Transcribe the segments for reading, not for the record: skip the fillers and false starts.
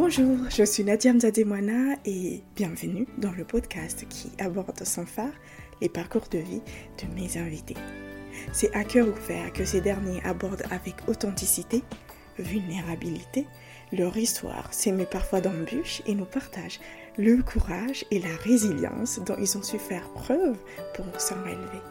Bonjour, je suis Nadia Mzademwana et bienvenue dans le podcast qui aborde sans phare les parcours de vie de mes invités. C'est à cœur ouvert que ces derniers abordent avec authenticité, vulnérabilité, leur histoire s'émet parfois d'embûches et nous partagent le courage et la résilience dont ils ont su faire preuve pour s'en relever.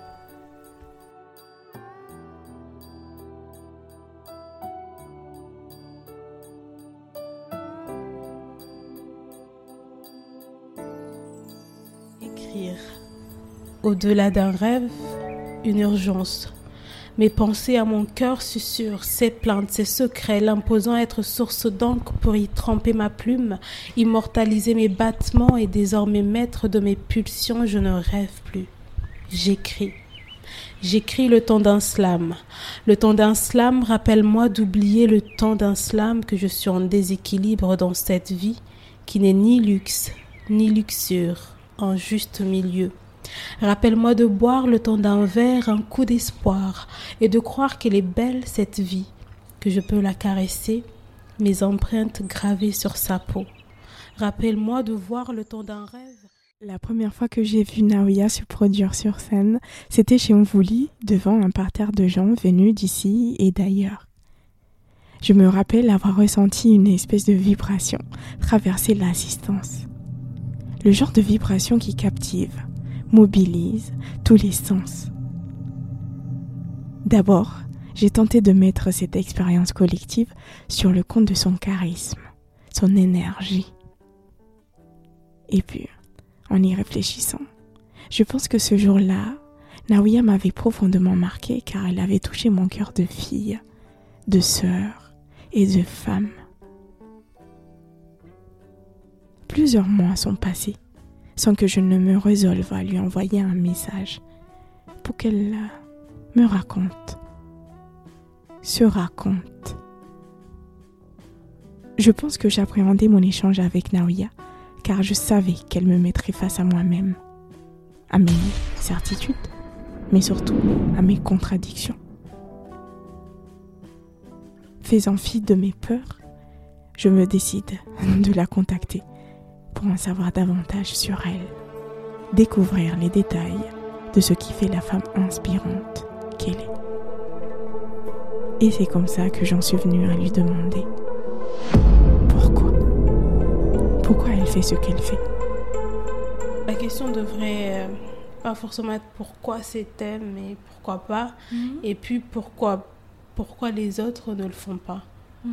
Écrire. Au-delà d'un rêve, une urgence. Mes pensées à mon cœur susurrent ses plaintes, ses secrets, l'imposant être source d'encre pour y tremper ma plume, immortaliser mes battements et désormais maître de mes pulsions, je ne rêve plus. J'écris. J'écris le temps d'un slam. Le temps d'un slam, rappelle-moi d'oublier le temps d'un slam que je suis en déséquilibre dans cette vie qui n'est ni luxe, ni luxure, en juste milieu. Rappelle-moi de boire le temps d'un verre un coup d'espoir et de croire qu'elle est belle cette vie, que je peux la caresser, mes empreintes gravées sur sa peau. Rappelle-moi de voir le temps d'un rêve. La première fois que j'ai vu Naouya se produire sur scène, c'était chez Mvouli, devant un parterre de gens venus d'ici et d'ailleurs. Je me rappelle avoir ressenti une espèce de vibration traverser l'assistance. Le genre de vibration qui captive, mobilise tous les sens. D'abord, j'ai tenté de mettre cette expérience collective sur le compte de son charisme, son énergie. Et puis, en y réfléchissant, je pense que ce jour-là, Naouya m'avait profondément marqué car elle avait touché mon cœur de fille, de sœur et de femme. Plusieurs mois sont passés sans que je ne me résolve à lui envoyer un message pour qu'elle me raconte, se raconte. Je pense que j'appréhendais mon échange avec Naouya car je savais qu'elle me mettrait face à moi-même, à mes certitudes, mais surtout à mes contradictions. Faisant fi de mes peurs, je me décide de la contacter pour en savoir davantage sur elle, découvrir les détails de ce qui fait la femme inspirante qu'elle est. Et c'est comme ça que j'en suis venue à lui demander pourquoi elle fait ce qu'elle fait. La question devrait pas forcément être pourquoi c'est elle, mais pourquoi pas, et puis pourquoi les autres ne le font pas.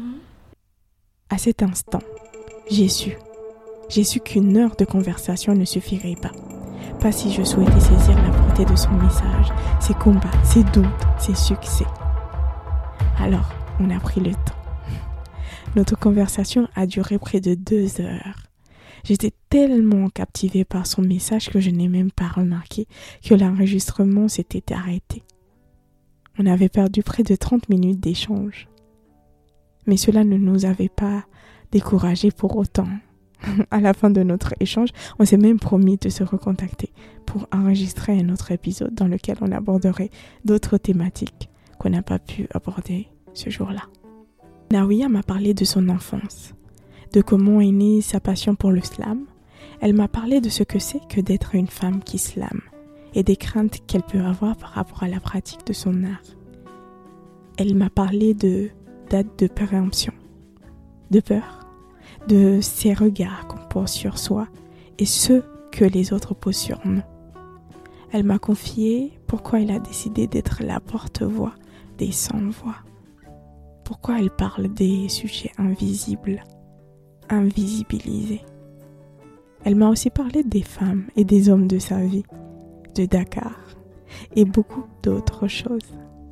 À cet instant, j'ai su qu'une heure de conversation ne suffirait pas. Pas si je souhaitais saisir la portée de son message, ses combats, ses doutes, ses succès. Alors, on a pris le temps. Notre conversation a duré près de 2 heures. J'étais tellement captivée par son message que je n'ai même pas remarqué que l'enregistrement s'était arrêté. On avait perdu près de 30 minutes d'échange. Mais cela ne nous avait pas découragés pour autant. À la fin de notre échange, on s'est même promis de se recontacter pour enregistrer un autre épisode dans lequel on aborderait d'autres thématiques qu'on n'a pas pu aborder ce jour-là. Naouya m'a parlé de son enfance, de comment est née sa passion pour le slam. Elle m'a parlé de ce que c'est que d'être une femme qui slame et des craintes qu'elle peut avoir par rapport à la pratique de son art. Elle m'a parlé de date de péremption, de peur, de ces regards qu'on pose sur soi et ceux que les autres posent sur nous. Elle m'a confié pourquoi elle a décidé d'être la porte-voix des sans-voix. Pourquoi elle parle des sujets invisibles, invisibilisés. Elle m'a aussi parlé des femmes et des hommes de sa vie, de Dakar et beaucoup d'autres choses.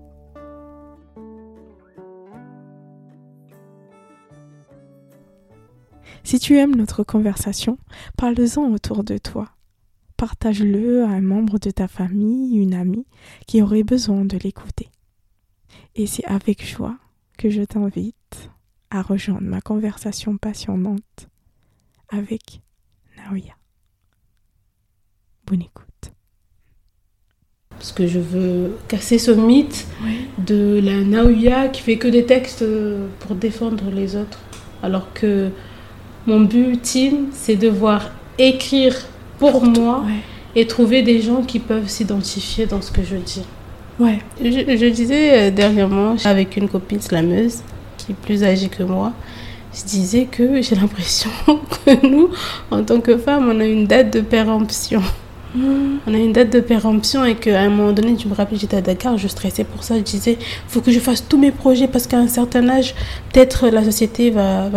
Si tu aimes notre conversation, parle-en autour de toi. Partage-le à un membre de ta famille, une amie qui aurait besoin de l'écouter. Et c'est avec joie que je t'invite à rejoindre ma conversation passionnante avec Naouya. Bonne écoute. Parce que je veux casser ce mythe de la Naouya qui fait que des textes pour défendre les autres. Alors que mon but ultime, c'est devoir écrire pour moi et trouver des gens qui peuvent s'identifier dans ce que je dis. Ouais. Je disais dernièrement avec une copine slameuse qui est plus âgée que moi, je disais que j'ai l'impression que nous, en tant que femmes, on a une date de péremption. On a une date de péremption et qu'à un moment donné, tu me rappelles, j'étais à Dakar, je stressais pour ça. Je disais, il faut que je fasse tous mes projets parce qu'à un certain âge, peut-être la société va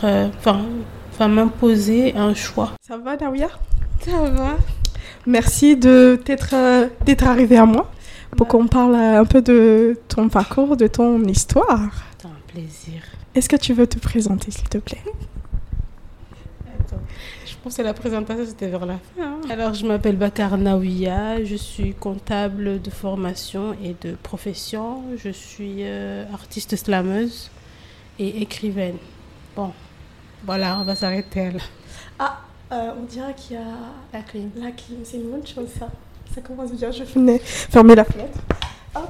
m'imposer un choix. Ça va, Naouya? Ça va. Merci d'être arrivée à moi pour qu'on parle un peu de ton parcours, de ton histoire. C'est un plaisir. Est-ce que tu veux te présenter, s'il te plaît? Attends. Je pense que la présentation, c'était vers la fin. Alors, je m'appelle Bakar Naouya, je suis comptable de formation et de profession. Je suis artiste slameuse et écrivaine. Bon, voilà, on va s'arrêter là. Ah, on dirait qu'il y a la clim. La clim, c'est une bonne chose, ça. Ça commence bien, je vais fermer la fenêtre. Hop.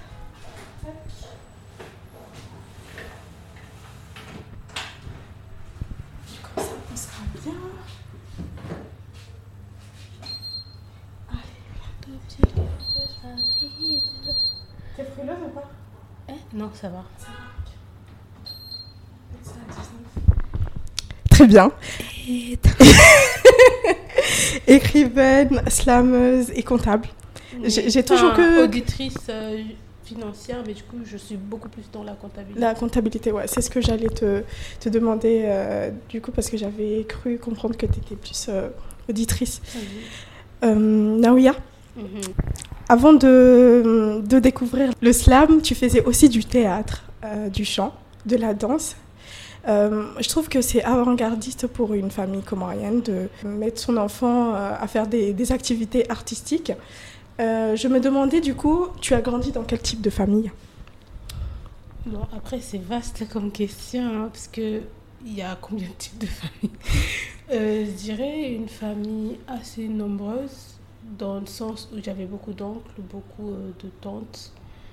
T'es frileuse ou pas? Non, ça va. Très bien. Écrivaine, slameuse et comptable. J'ai toujours que... Auditrice financière, mais du coup, je suis beaucoup plus dans la comptabilité. La comptabilité, ouais. C'est ce que j'allais te demander, du coup, parce que j'avais cru comprendre que tu étais plus auditrice. Naouya, avant de découvrir le slam, tu faisais aussi du théâtre, du chant, de la danse. Je trouve que c'est avant-gardiste pour une famille comorienne de mettre son enfant à faire des activités artistiques. Je me demandais, du coup, tu as grandi dans quel type de famille? Bon, après, c'est vaste comme question, hein, parce qu'il y a combien de types de familles? Je dirais une famille assez nombreuse, dans le sens où j'avais beaucoup d'oncles, beaucoup de tantes.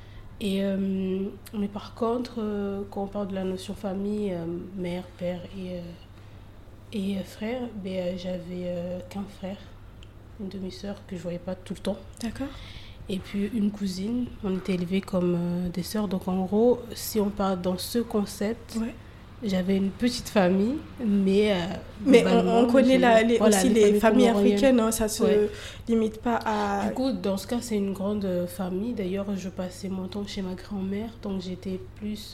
Mais par contre, quand on parle de la notion famille, mère, père et frère, j'avais qu'un frère, une demi-sœur que je ne voyais pas tout le temps. D'accord. Et puis une cousine, on était élevés comme des sœurs. Donc en gros, si on parle dans ce concept, j'avais une petite famille, mais on connaît aussi les familles africaines, hein, ça ne se limite pas à... Du coup, dans ce cas, c'est une grande famille. D'ailleurs, je passais mon temps chez ma grand-mère, donc j'étais plus...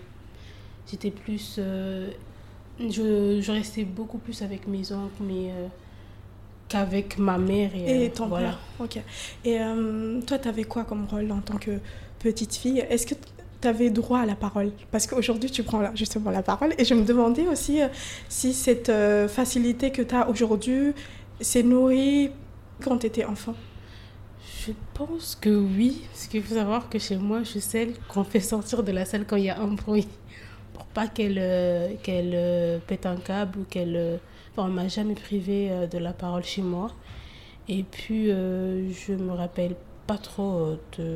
je restais beaucoup plus avec mes oncles, qu'avec ma mère. Et ton père. Ok. Et toi, tu avais quoi comme rôle en tant que petite fille? Est-ce que tu avais droit à la parole? Parce qu'aujourd'hui, tu prends justement la parole. Et je me demandais aussi si cette facilité que tu as aujourd'hui s'est nourrie quand tu étais enfant. Je pense que oui. Parce qu'il faut savoir que chez moi, je suis celle qu'on fait sortir de la salle quand il y a un bruit. Pour pas qu'elle pète un câble ou qu'elle... Enfin, on ne m'a jamais privée de la parole chez moi. Et puis, je ne me rappelle pas trop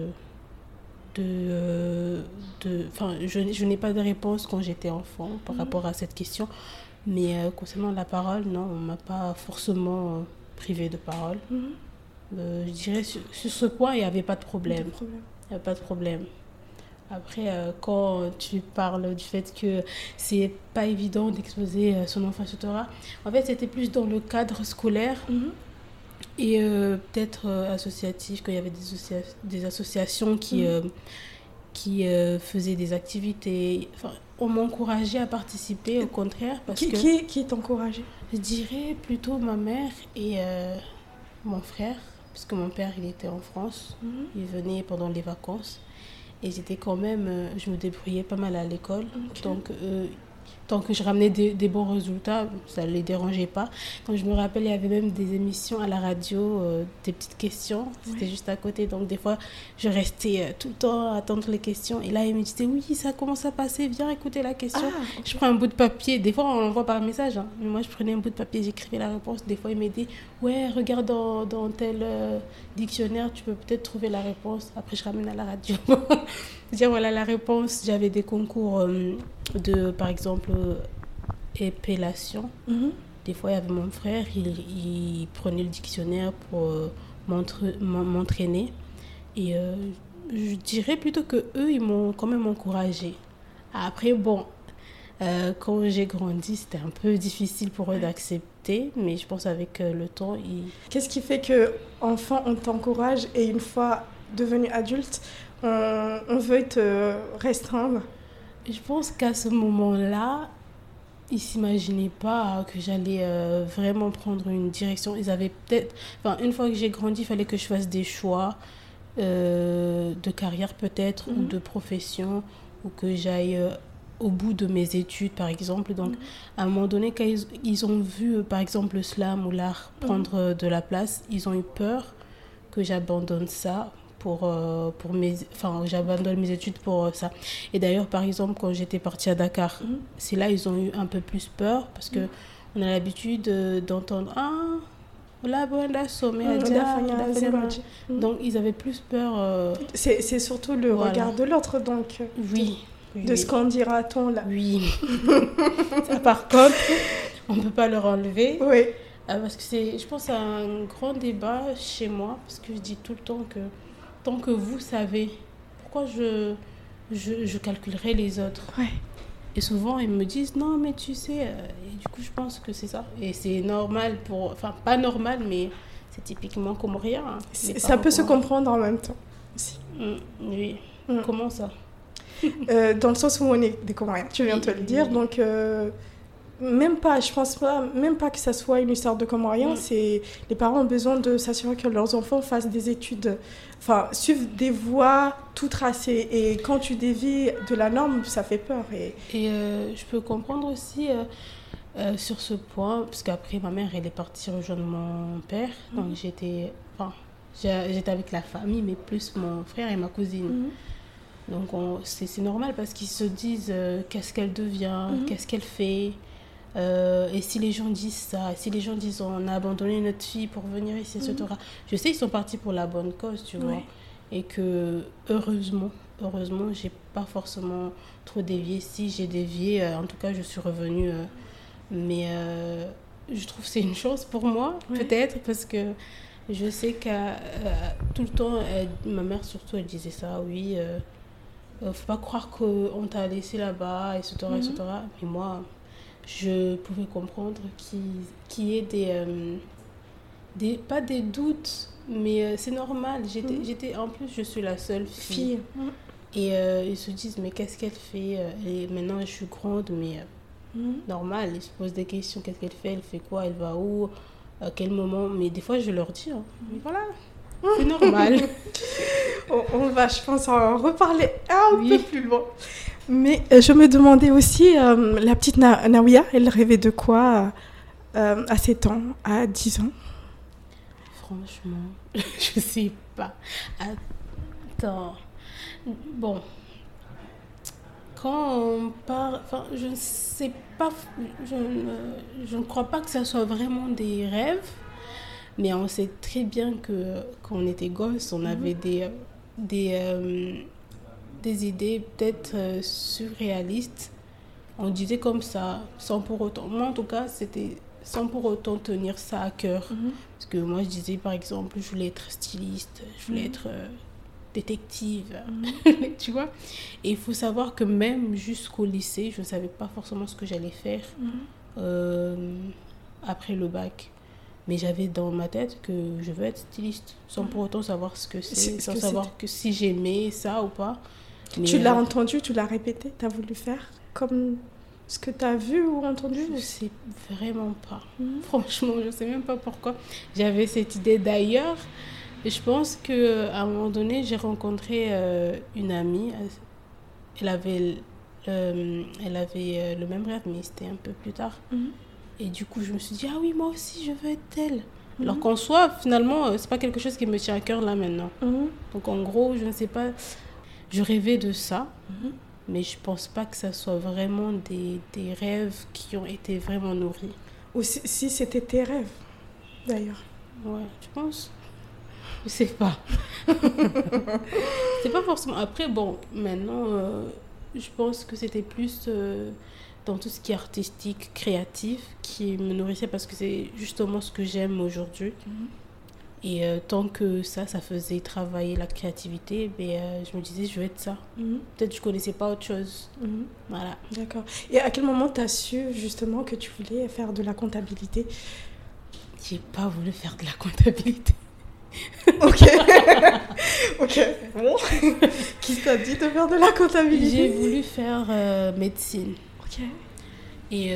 je n'ai pas de réponse quand j'étais enfant par rapport à cette question. Mais concernant la parole, non, on ne m'a pas forcément privée de parole. Je dirais sur ce point, il n'y avait pas de problème. Il n'y avait pas de problème. Après, quand tu parles du fait que c'est pas évident d'exposer son enfant sur Torah, en fait, c'était plus dans le cadre scolaire et peut-être associatif, qu'il y avait des associations qui faisaient des activités. Enfin, on m'encourageait à participer, au contraire. Qui t'encourageait? Je dirais plutôt ma mère et mon frère, parce que mon père, il était en France. Il venait pendant les vacances. Et j'étais quand même, je me débrouillais pas mal à l'école. Okay. Donc, tant que je ramenais des bons résultats, ça ne les dérangeait pas. Donc, je me rappelle, il y avait même des émissions à la radio, des petites questions. C'était juste à côté. Donc, des fois, je restais tout le temps à attendre les questions. Et là, il me disait, oui, ça commence à passer, viens écouter la question. Okay. Je prends un bout de papier. Des fois, on l'envoie par message. Hein. Mais moi, je prenais un bout de papier, j'écrivais la réponse. Des fois, il m'a dit, ouais, regarde dans tel dictionnaire, tu peux peut-être trouver la réponse. Après, je ramène à la radio. Dire, voilà la réponse. J'avais des concours par exemple, épellation. Des fois, il y avait mon frère, il prenait le dictionnaire pour m'entraîner. Et je dirais plutôt que eux, ils m'ont quand même encouragée. Après, bon, quand j'ai grandi, c'était un peu difficile pour eux d'accepter, mais je pense avec le temps, Qu'est-ce qui fait que enfant on t'encourage et une fois devenu adulte, on veut te restreindre? Je pense qu'à ce moment-là, ils s'imaginaient pas que j'allais vraiment prendre une direction. Ils avaient peut-être... Enfin, une fois que j'ai grandi, il fallait que je fasse des choix de carrière peut-être, ou de profession, ou que j'aille au bout de mes études, par exemple. Donc, à un moment donné, quand ils ont vu, par exemple, le slam ou l'art prendre de la place, ils ont eu peur que j'abandonne ça j'abandonne mes études pour ça. Et d'ailleurs, par exemple, quand j'étais partie à Dakar, c'est là ils ont eu un peu plus peur parce que on a l'habitude d'entendre donc ils avaient plus peur. C'est surtout le regard de l'autre, donc. Oui. De ce qu'en dira-t-on là. Oui. Ça, par contre, on ne peut pas leur enlever. Oui. Parce que je pense, c'est un grand débat chez moi, parce que je dis tout le temps que tant que vous savez, pourquoi je calculerai les autres. Ouais. Et souvent, ils me disent, non, mais tu sais, et du coup, je pense que c'est ça. Et c'est normal enfin, pas normal, mais c'est typiquement comorien. Hein. Ça peut se comprendre en même temps aussi. Oui. Comment ça? Dans le sens où on est des Comoriens, tu viens de te le dire, donc je pense même pas que ça soit une histoire de Comoriens, c'est les parents ont besoin de s'assurer que leurs enfants fassent des études, enfin suivent des voies tout tracées, et quand tu dévies de la norme, ça fait peur. Et je peux comprendre aussi sur ce point, parce qu'après ma mère elle est partie rejoindre mon père, donc j'étais avec la famille, mais plus mon frère et ma cousine. Donc c'est normal parce qu'ils se disent qu'est-ce qu'elle devient, qu'est-ce qu'elle fait, et si les gens disent ça, si les gens disent on a abandonné notre fille pour venir ici, etc. Je sais qu'ils sont partis pour la bonne cause, tu vois, et que heureusement j'ai pas forcément trop dévié. Si j'ai dévié, en tout cas je suis revenue, mais je trouve que c'est une chance pour moi, peut-être, parce que je sais que tout le temps, ma mère surtout, elle disait ça, oui, faut pas croire qu'on t'a laissé là-bas, etc., etc. Mais moi, je pouvais comprendre qu'il y ait pas des doutes, mais c'est normal. En plus, je suis la seule fille. Et ils se disent, mais qu'est-ce qu'elle fait? Et maintenant, je suis grande, mais normal. Ils se posent des questions. Qu'est-ce qu'elle fait? Elle fait quoi? Elle va où? À quel moment? Mais des fois, je leur dis, mais voilà. C'est normal. On va, je pense, en reparler un peu plus loin. Mais je me demandais aussi, la petite Naouia, elle rêvait de quoi à 7 ans, à 10 ans? Franchement, je sais pas. Attends. Bon. Quand on parle... Enfin, je ne sais pas... Je ne crois pas que ça soit vraiment des rêves. Mais on sait très bien que quand on était gosse, on avait des idées peut-être surréalistes. On disait comme ça, sans pour autant... Moi, en tout cas, c'était sans pour autant tenir ça à cœur. Parce que moi, je disais, par exemple, je voulais être styliste, je voulais être détective, tu vois. Et il faut savoir que même jusqu'au lycée, je ne savais pas forcément ce que j'allais faire après le bac. Mais j'avais dans ma tête que je veux être styliste, sans pour autant savoir ce que c'est, sans savoir que si j'aimais ça ou pas. Mais tu l'as entendu, tu l'as répété, tu as voulu faire comme ce que tu as vu ou entendu? Je ne sais vraiment pas. Franchement, je ne sais même pas pourquoi j'avais cette idée. D'ailleurs, je pense qu'à un moment donné, j'ai rencontré une amie. Elle avait le même rêve, mais c'était un peu plus tard. Et du coup, je me suis dit, ah oui, moi aussi, je veux être elle. Alors qu'en soi, finalement, c'est pas quelque chose qui me tient à cœur là maintenant. Donc en gros, je ne sais pas, je rêvais de ça, mais je pense pas que ça soit vraiment des rêves qui ont été vraiment nourris. Ou si c'était tes rêves, d'ailleurs. Ouais, je pense. Je sais pas. C'est pas forcément... Après, bon, maintenant, je pense que c'était plus dans tout ce qui est artistique, créatif, qui me nourrissait parce que c'est justement ce que j'aime aujourd'hui. Et tant que ça faisait travailler la créativité, je me disais, je vais être ça. Peut-être que je ne connaissais pas autre chose. Voilà. D'accord. Et à quel moment tu as su justement que tu voulais faire de la comptabilité? J'ai pas voulu faire de la comptabilité. Ok. Ok. Bon. Qui t'a dit de faire de la comptabilité? J'ai voulu faire médecine. Ok. Et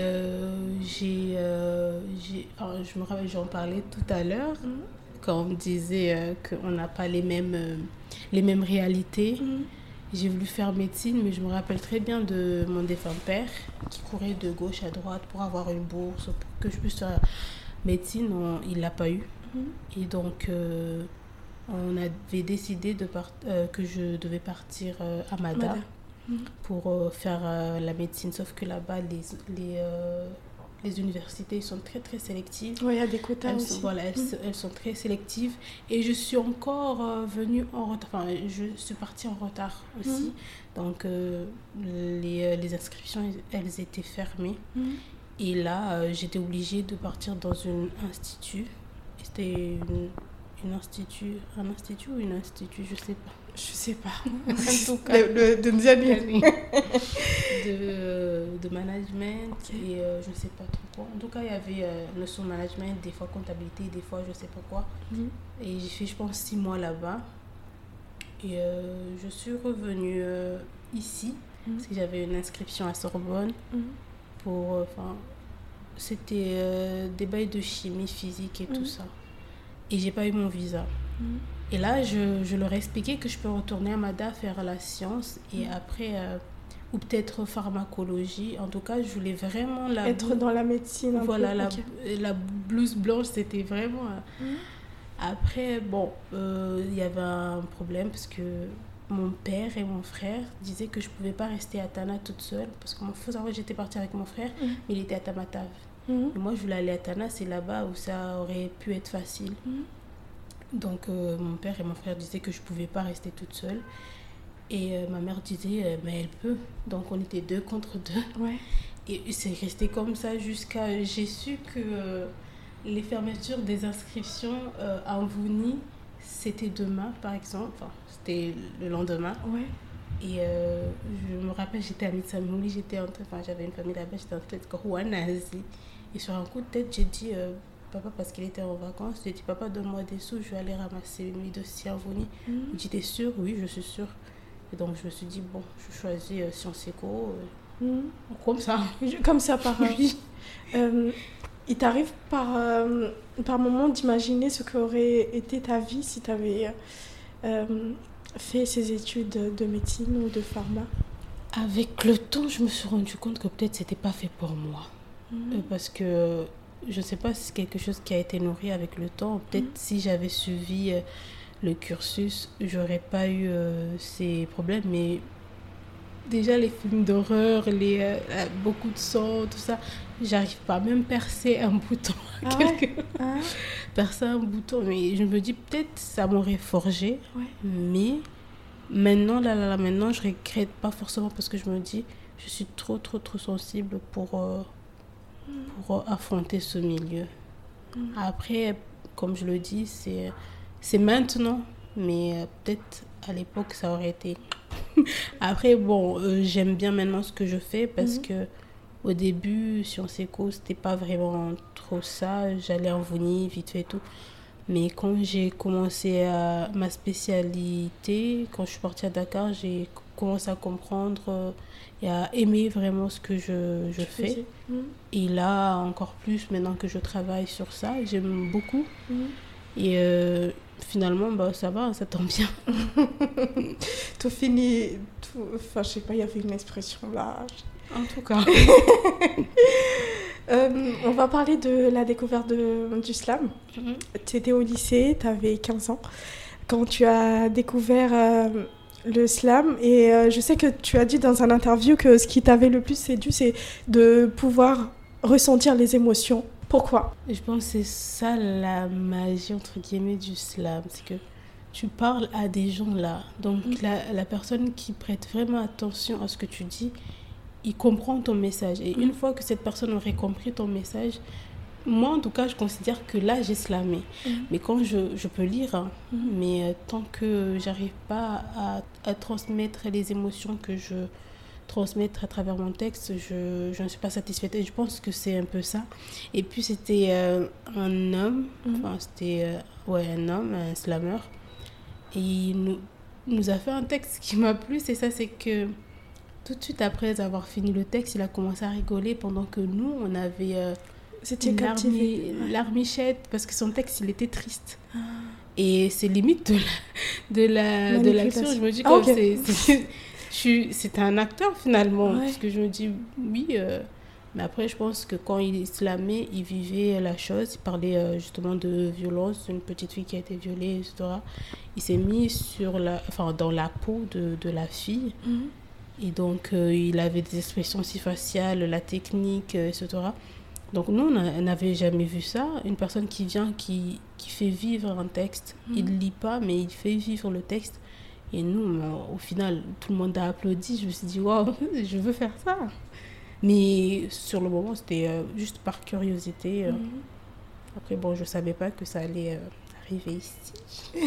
je me rappelle, j'en parlais tout à l'heure, quand on me disait qu'on n'a pas les mêmes réalités. J'ai voulu faire médecine, mais je me rappelle très bien de mon défunt père qui courait de gauche à droite pour avoir une bourse, pour que je puisse faire médecine. Il ne l'a pas eu. Et donc, on avait décidé que je devais partir à Mada pour faire la médecine. Sauf que là-bas, les universités sont très, très sélectives. Oui, il y a des quotas aussi. Elles sont très sélectives. Et je suis encore venue en retard. Enfin, je suis partie en retard aussi. Donc, les inscriptions, elles étaient fermées. Et là, j'étais obligée de partir dans un institut. C'était un institut ou une institut, je sais pas. Je sais pas. En tout cas, de management et je sais pas trop quoi. En tout cas, il y avait notion de management, des fois comptabilité, des fois je sais pas quoi. Et j'ai fait, je pense, 6 mois là-bas. Et je suis revenue ici parce que j'avais une inscription à Sorbonne pour... c'était des bails de chimie, physique et tout ça. Et j'ai pas eu mon visa. Et là, je leur ai expliqué que je peux retourner à Mada faire la science et après, ou peut-être pharmacologie. En tout cas, je voulais vraiment être dans la médecine. Voilà, la blouse blanche, c'était vraiment... Après, bon, il y avait un problème parce que mon père et mon frère disaient que je pouvais pas rester à Tana toute seule parce qu'il faut savoir que j'étais partie avec mon frère, mais il était à Tamatave. Et moi, je voulais aller à Tana, c'est là-bas où ça aurait pu être facile. Donc, mon père et mon frère disaient que je ne pouvais pas rester toute seule. Et ma mère disait, mais elle peut. Donc, on était 2 contre 2. Ouais. Et c'est resté comme ça jusqu'à... J'ai su que les fermetures des inscriptions à Amvouni, c'était demain, par exemple. Enfin, c'était le lendemain. Ouais. Et je me rappelle, j'étais à Mitsamouli, j'avais une famille là-bas, j'étais en tête Kouanazi. Et sur un coup de tête, j'ai dit, papa, parce qu'il était en vacances, j'ai dit, papa, donne-moi des sous, je vais aller ramasser mes dossiers à Vouni. Il dit, t'es sûre? Oui, je suis sûre. Et donc, je me suis dit, bon, je choisis Sciences Éco, comme ça. Comme ça, par oui. Il t'arrive par moment d'imaginer ce qu'aurait été ta vie si tu avais fait ces études de médecine ou de pharma? Avec le temps, je me suis rendu compte que peut-être c'était pas fait pour moi. Parce que je sais pas si c'est quelque chose qui a été nourri avec le temps. Peut-être si j'avais suivi le cursus, j'aurais pas eu ces problèmes. Mais déjà les films d'horreur, beaucoup de sang, tout ça, j'arrive pas même percer un bouton. Percer un bouton, mais je me dis peut-être ça m'aurait forgé. Mais maintenant, maintenant, je regrette pas forcément parce que je me dis je suis trop sensible pour affronter ce milieu. Après, comme je le dis, c'est maintenant, mais peut-être à l'époque ça aurait été. Après, bon, j'aime bien maintenant ce que je fais parce que au début, Sciences Éco, c'était pas vraiment trop ça. J'allais en Vouni, vite fait et tout. Mais quand j'ai commencé ma spécialité, quand je suis partie à Dakar, j'ai commencé à comprendre et à aimer vraiment ce que je fais. Et là, encore plus, maintenant que je travaille sur ça, j'aime beaucoup. Et finalement, ça va, ça tombe bien. Tout finit... Enfin, je sais pas, il y avait une expression là. En tout cas. On va parler de la découverte du slam. Tu étais au lycée, tu avais 15 ans. Quand tu as découvert le slam, et je sais que tu as dit dans un interview que ce qui t'avait le plus séduit, c'est de pouvoir ressentir les émotions. Pourquoi? Je pense que c'est ça la magie, entre guillemets, du slam. C'est que tu parles à des gens là. Donc la personne qui prête vraiment attention à ce que tu dis, il comprend ton message. Et une fois que cette personne aurait compris ton message, moi, en tout cas, je considère que là, j'ai slamé. Mais quand je peux lire, hein, mais tant que j'arrive pas à transmettre les émotions que je transmettre à travers mon texte, je ne suis pas satisfaite. Et je pense que c'est un peu ça. Et puis, c'était un homme, un homme, un slammer. Et il nous a fait un texte qui m'a plu. C'est ça, c'est que tout de suite après avoir fini le texte, il a commencé à rigoler pendant que nous, on avait... C'était captivé. Larmichette, parce que son texte, il était triste. Et c'est limite de l'action. Je me dis que c'est un acteur finalement. Parce que je me dis, oui. Mais après, je pense que quand il slamait, il vivait la chose. Il parlait justement de violence, d'une petite fille qui a été violée, etc. Il s'est mis dans la peau de la fille. Et donc, il avait des expressions si faciales, la technique, etc. Donc nous, on n'avait jamais vu ça. Une personne qui vient, qui fait vivre un texte. Il ne lit pas, mais il fait vivre le texte. Et nous, au final, tout le monde a applaudi. Je me suis dit, waouh, je veux faire ça. Mais sur le moment, c'était juste par curiosité. Après, bon, je ne savais pas que ça allait arriver ici.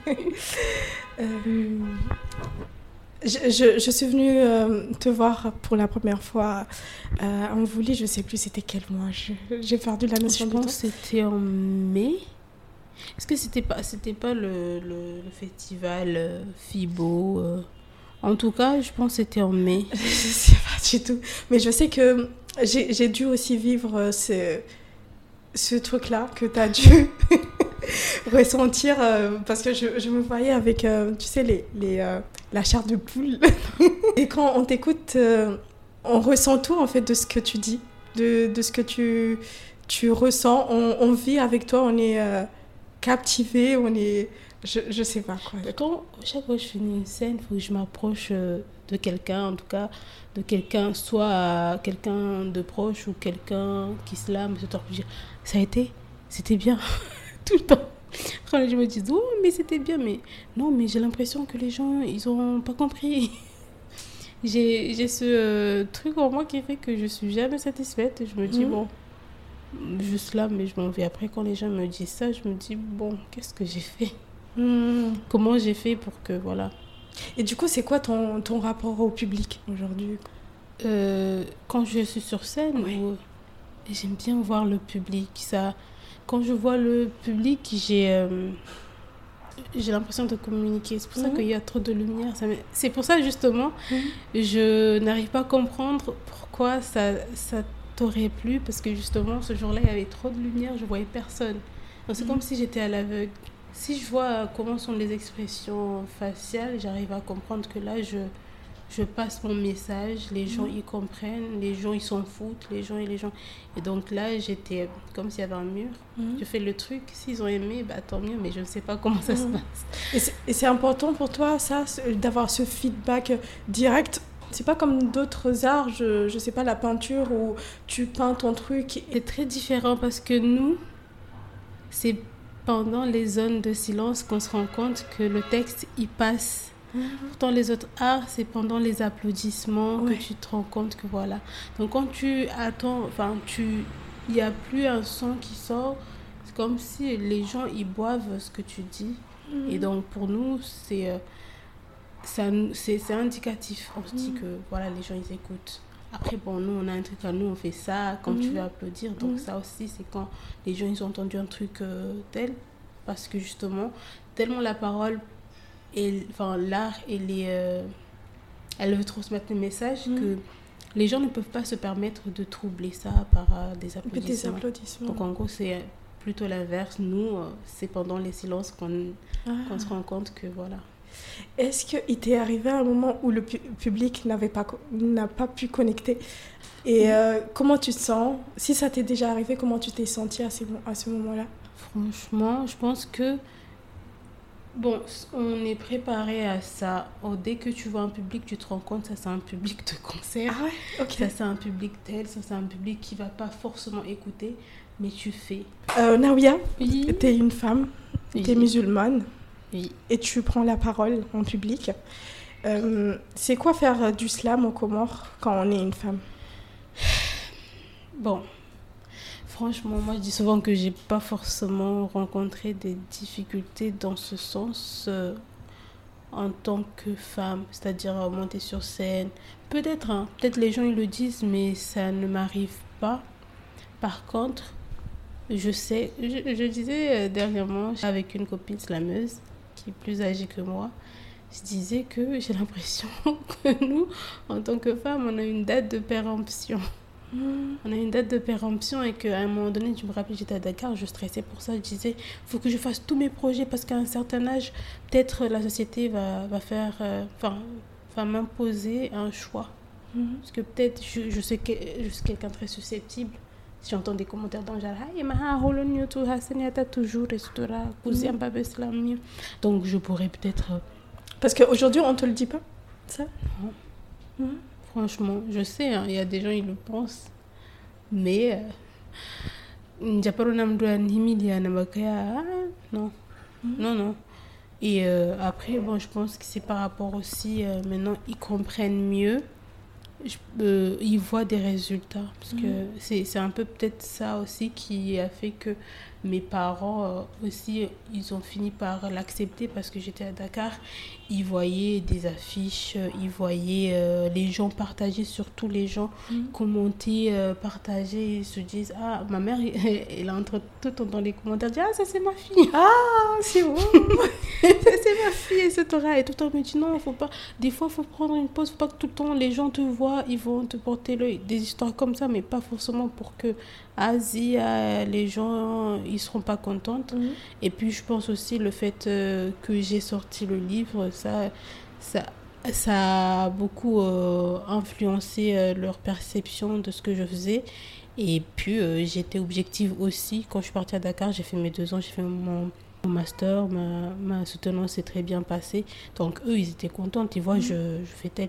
Je suis venue te voir pour la première fois à Mvouly, je ne sais plus c'était quel mois, j'ai perdu la notion de temps. Je pense que c'était en mai. Est-ce que c'était pas le festival FIBO En tout cas, je pense que c'était en mai. Je ne sais pas du tout. Mais je sais que j'ai dû aussi vivre ce truc-là que tu as dû ressentir parce que je me voyais avec, tu sais, la chair de poule. Et quand on t'écoute, on ressent tout en fait de ce que tu dis, de ce que tu ressens. On vit avec toi, on est captivé, on est... Je sais pas quoi. Chaque fois que je finis une scène, il faut que je m'approche de quelqu'un, en tout cas de quelqu'un, soit quelqu'un de proche ou quelqu'un qui se lame, je dire, ça a été, c'était bien, tout le temps. Après, je me dis, oh, mais c'était bien, mais non, mais j'ai l'impression que les gens, ils ont pas compris. J'ai ce truc en moi qui fait que je suis jamais satisfaite. Et je me dis, bon, juste là, mais je m'en vais. Après, quand les gens me disent ça, je me dis, bon, qu'est-ce que j'ai fait ? Comment j'ai fait pour que, voilà. Et du coup, c'est quoi ton rapport au public aujourd'hui ? Quand je suis sur scène, j'aime bien voir le public. Quand je vois le public, j'ai l'impression de communiquer. C'est pour ça qu'il y a trop de lumière. C'est pour ça, justement, je n'arrive pas à comprendre pourquoi ça t'aurait plu. Parce que, justement, ce jour-là, il y avait trop de lumière. Je ne voyais personne. Donc, c'est comme si j'étais à l'aveugle. Si je vois comment sont les expressions faciales, j'arrive à comprendre que là, je passe mon message, les gens y comprennent, les gens ils s'en foutent, les gens. Et donc là, j'étais comme s'il y avait un mur. Je fais le truc, s'ils ont aimé, bah, tant mieux, mais je ne sais pas comment ça se passe. Et c'est important pour toi, ça, d'avoir ce feedback direct. C'est pas comme d'autres arts, je sais pas, la peinture où tu peins ton truc. C'est très différent parce que nous, c'est pendant les zones de silence qu'on se rend compte que le texte, il passe. Pourtant, les autres arts, c'est pendant les applaudissements que tu te rends compte que voilà. Donc, quand tu attends, il n'y a plus un son qui sort, c'est comme si les gens, ils boivent ce que tu dis. Et donc, pour nous, c'est indicatif. On se dit que voilà, les gens, ils écoutent. Après, bon, nous, on a un truc à nous, on fait ça quand tu veux applaudir. Donc, ça aussi, c'est quand les gens, ils ont entendu un truc tel. Parce que justement, tellement la parole... l'art, elle veut transmettre le message que les gens ne peuvent pas se permettre de troubler ça par des applaudissements. Donc en gros, c'est plutôt l'inverse. Nous, c'est pendant les silences qu'on se rend compte que voilà. Est-ce qu'il t'est arrivé un moment où le public n'a pas pu connecter ? Et comment tu te sens ? Si ça t'est déjà arrivé, comment tu t'es sentie à ce moment-là ? Franchement, je pense que bon, on est préparé à ça. Dès que tu vois un public, tu te rends compte ça c'est un public de concert. Ah ouais, ok. Ça c'est un public tel, ça c'est un public qui va pas forcément écouter, mais tu fais. Naouya, oui. T'es une femme, t'es musulmane, oui. Et tu prends la parole en public. C'est quoi faire du slam aux Comores quand on est une femme? Bon, franchement, moi je dis souvent que j'ai pas forcément rencontré des difficultés dans ce sens en tant que femme, c'est-à-dire monter sur scène. Peut-être les gens ils le disent, mais ça ne m'arrive pas. Par contre, je disais dernièrement avec une copine slameuse qui est plus âgée que moi, je disais que j'ai l'impression que nous, en tant que femmes, on a une date de péremption. On a une date de péremption et qu'à un moment donné, tu me rappelles, j'étais à Dakar, je stressais pour ça. Je disais, il faut que je fasse tous mes projets parce qu'à un certain âge, peut-être la société va faire, va m'imposer un choix. Parce que peut-être, je sais que je suis quelqu'un de très susceptible. Si j'entends des commentaires dans le genre, donc je pourrais peut-être... Parce qu'aujourd'hui, on te le dit pas, ça? Non. Franchement, je sais, hein, il y a des gens, ils le pensent. Mais... non. Non. Et après, bon, je pense que c'est par rapport aussi... maintenant, ils comprennent mieux. Ils voient des résultats. Parce que c'est un peu peut-être ça aussi qui a fait que mes parents aussi, ils ont fini par l'accepter parce que j'étais à Dakar. Ils voyaient des affiches, ils voyaient les gens partager, surtout les gens commenter, partager. Ils se disent, ah, ma mère, elle entre tout dans les commentaires, dit, ah, ça c'est ma fille. Ah, c'est bon. Ça c'est ma fille, etc. Et tout le temps, me dit, non, faut pas. Des fois, il faut prendre une pause, faut pas que tout le temps les gens te voient, ils vont te porter l'œil. Des histoires comme ça, mais pas forcément pour que Asie, les gens, ils seront pas contentes. Et puis, je pense aussi le fait que j'ai sorti le livre, ça a beaucoup influencé leur perception de ce que je faisais. Et puis, j'étais objective aussi. Quand je suis partie à Dakar, j'ai fait mes 2 ans, j'ai fait mon master, ma soutenance s'est très bien passée. Donc, eux, ils étaient contents. Ils voient, je fais tel.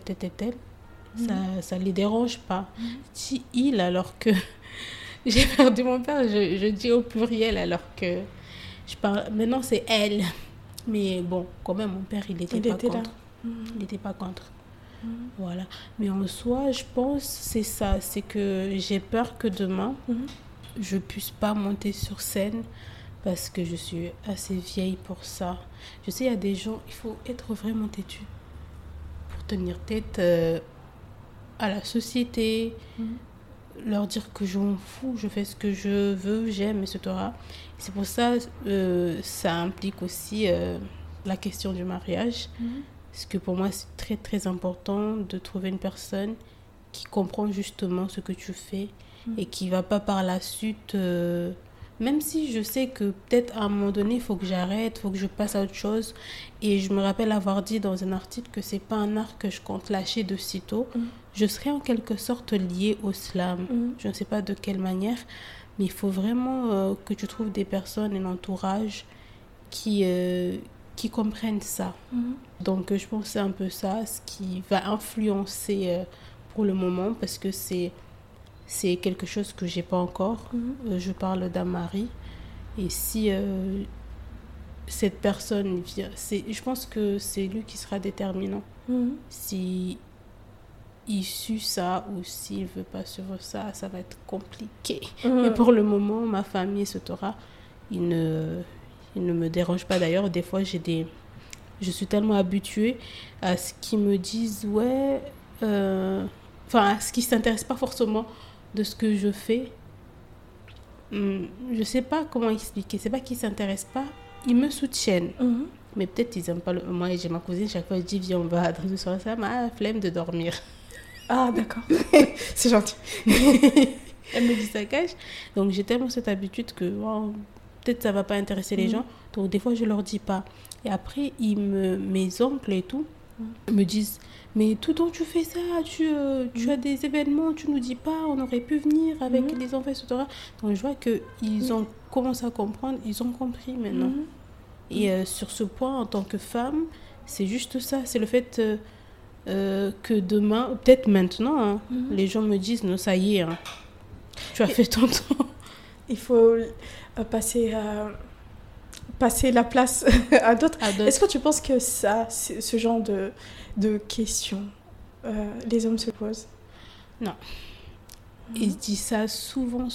Ça les dérange pas. Si il, alors que j'ai perdu mon père, je dis au pluriel, alors que je parle. Maintenant, c'est elle. Mais bon, quand même, mon père, il n'était pas contre. Il n'était pas contre. Voilà. Mais en soi, je pense, c'est ça. C'est que j'ai peur que demain, je puisse pas monter sur scène parce que je suis assez vieille pour ça. Je sais, il y a des gens, il faut être vraiment têtu pour tenir tête à la société, leur dire que je m'en fous, je fais ce que je veux, j'aime, etc. C'est pour ça ça implique aussi la question du mariage. Parce que pour moi, c'est très, très important de trouver une personne qui comprend justement ce que tu fais et qui ne va pas par la suite... même si je sais que peut-être à un moment donné, il faut que j'arrête, il faut que je passe à autre chose. Et je me rappelle avoir dit dans un article que ce n'est pas un art que je compte lâcher de sitôt. Je serai en quelque sorte liée au slam. Je ne sais pas de quelle manière, mais il faut vraiment que tu trouves des personnes, un entourage qui comprennent ça. Donc je pense que c'est un peu ça, ce qui va influencer pour le moment, parce que c'est quelque chose que j'ai pas encore. Je parle d'un mari, et si cette personne vient, je pense que c'est lui qui sera déterminant. Si il suit ça ou s'il veut pas suivre ça, ça va être compliqué. Mais pour le moment, ma famille, etc., il ne me dérange pas. D'ailleurs, des fois, je suis tellement habituée à ce qu'ils me disent, ouais, à ce qu'ils s'intéressent pas forcément de ce que je fais. Je sais pas comment expliquer. C'est pas qu'ils s'intéressent pas, ils me soutiennent. Mais peut-être ils aiment pas moi. J'ai ma cousine, chaque fois je dis viens, on va dans une soirée, ça m'a flemme de dormir. Ah d'accord. C'est gentil. Elle me dit ça cache. Donc j'ai tellement cette habitude que peut-être ça va pas intéresser les gens. Donc des fois je leur dis pas. Et après mes oncles et tout me disent, mais tout le temps tu fais ça, tu as des événements, tu nous dis pas, on aurait pu venir avec les enfants, etc. Donc je vois qu'ils ont commencé à comprendre, ils ont compris maintenant. Et sur ce point, en tant que femme, c'est juste ça, c'est le fait que demain, peut-être maintenant, les gens me disent, non, ça y est, tu as fait ton temps. Il faut passer passer la place à d'autres. À d'autres. Est-ce que tu penses que ce genre de questions, les hommes se posent? Non. Et je dis ça souvent.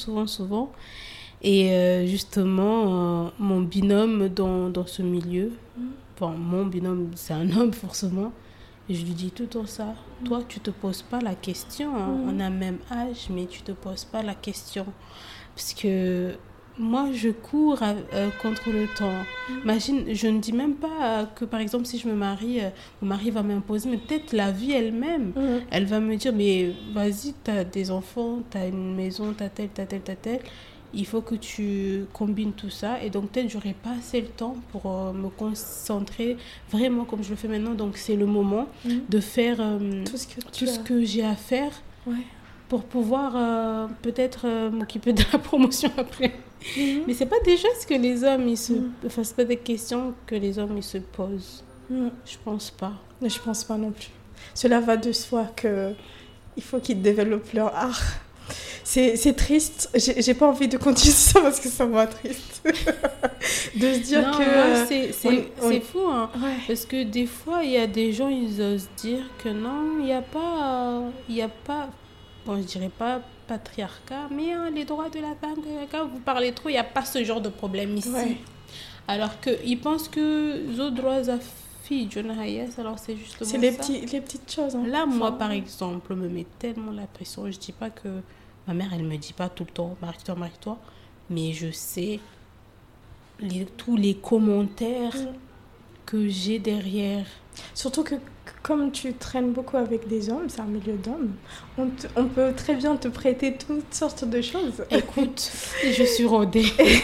Et justement, mon binôme dans ce milieu, enfin, mon binôme, c'est un homme forcément, et je lui dis tout le temps ça. Toi, tu te poses pas la question. Hein. On a le même âge, mais tu te poses pas la question. Parce que moi, je cours contre le temps. Imagine, je ne dis même pas que, par exemple, si je me marie, mon mari va m'imposer, mais peut-être la vie elle-même. Elle va me dire, mais vas-y, tu as des enfants, tu as une maison, tu as tel. Il faut que tu combines tout ça. Et donc, peut-être, j'aurai pas assez le temps pour me concentrer vraiment comme je le fais maintenant. Donc, c'est le moment de faire tout ce que j'ai à faire pour pouvoir peut-être m'occuper de la promotion après. Mais c'est pas des choses que les hommes, enfin, c'est pas des questions que les hommes, ils se posent. Je pense pas. Je pense pas non plus. Cela va de soi qu'il faut qu'ils développent leur art. C'est triste. J'ai pas envie de continuer ça parce que ça me rend triste. De se dire c'est fou. Hein. Ouais. Parce que des fois, il y a des gens, ils osent dire que non, il n'y a pas, bon, je dirais pas patriarcat, mais les droits de la femme, quand vous parlez trop, il n'y a pas ce genre de problème ici. Ouais. Alors qu'ils pensent que les droits à filles, alors c'est justement c'est les petites choses. Hein. Là, moi, par exemple, me met tellement la pression. Je dis pas que ma mère, elle me dit pas tout le temps, marie-toi, mais je sais tous les commentaires que j'ai derrière. Surtout que comme tu traînes beaucoup avec des hommes, c'est un milieu d'hommes, on peut très bien te prêter toutes sortes de choses. Écoute, je suis rodée.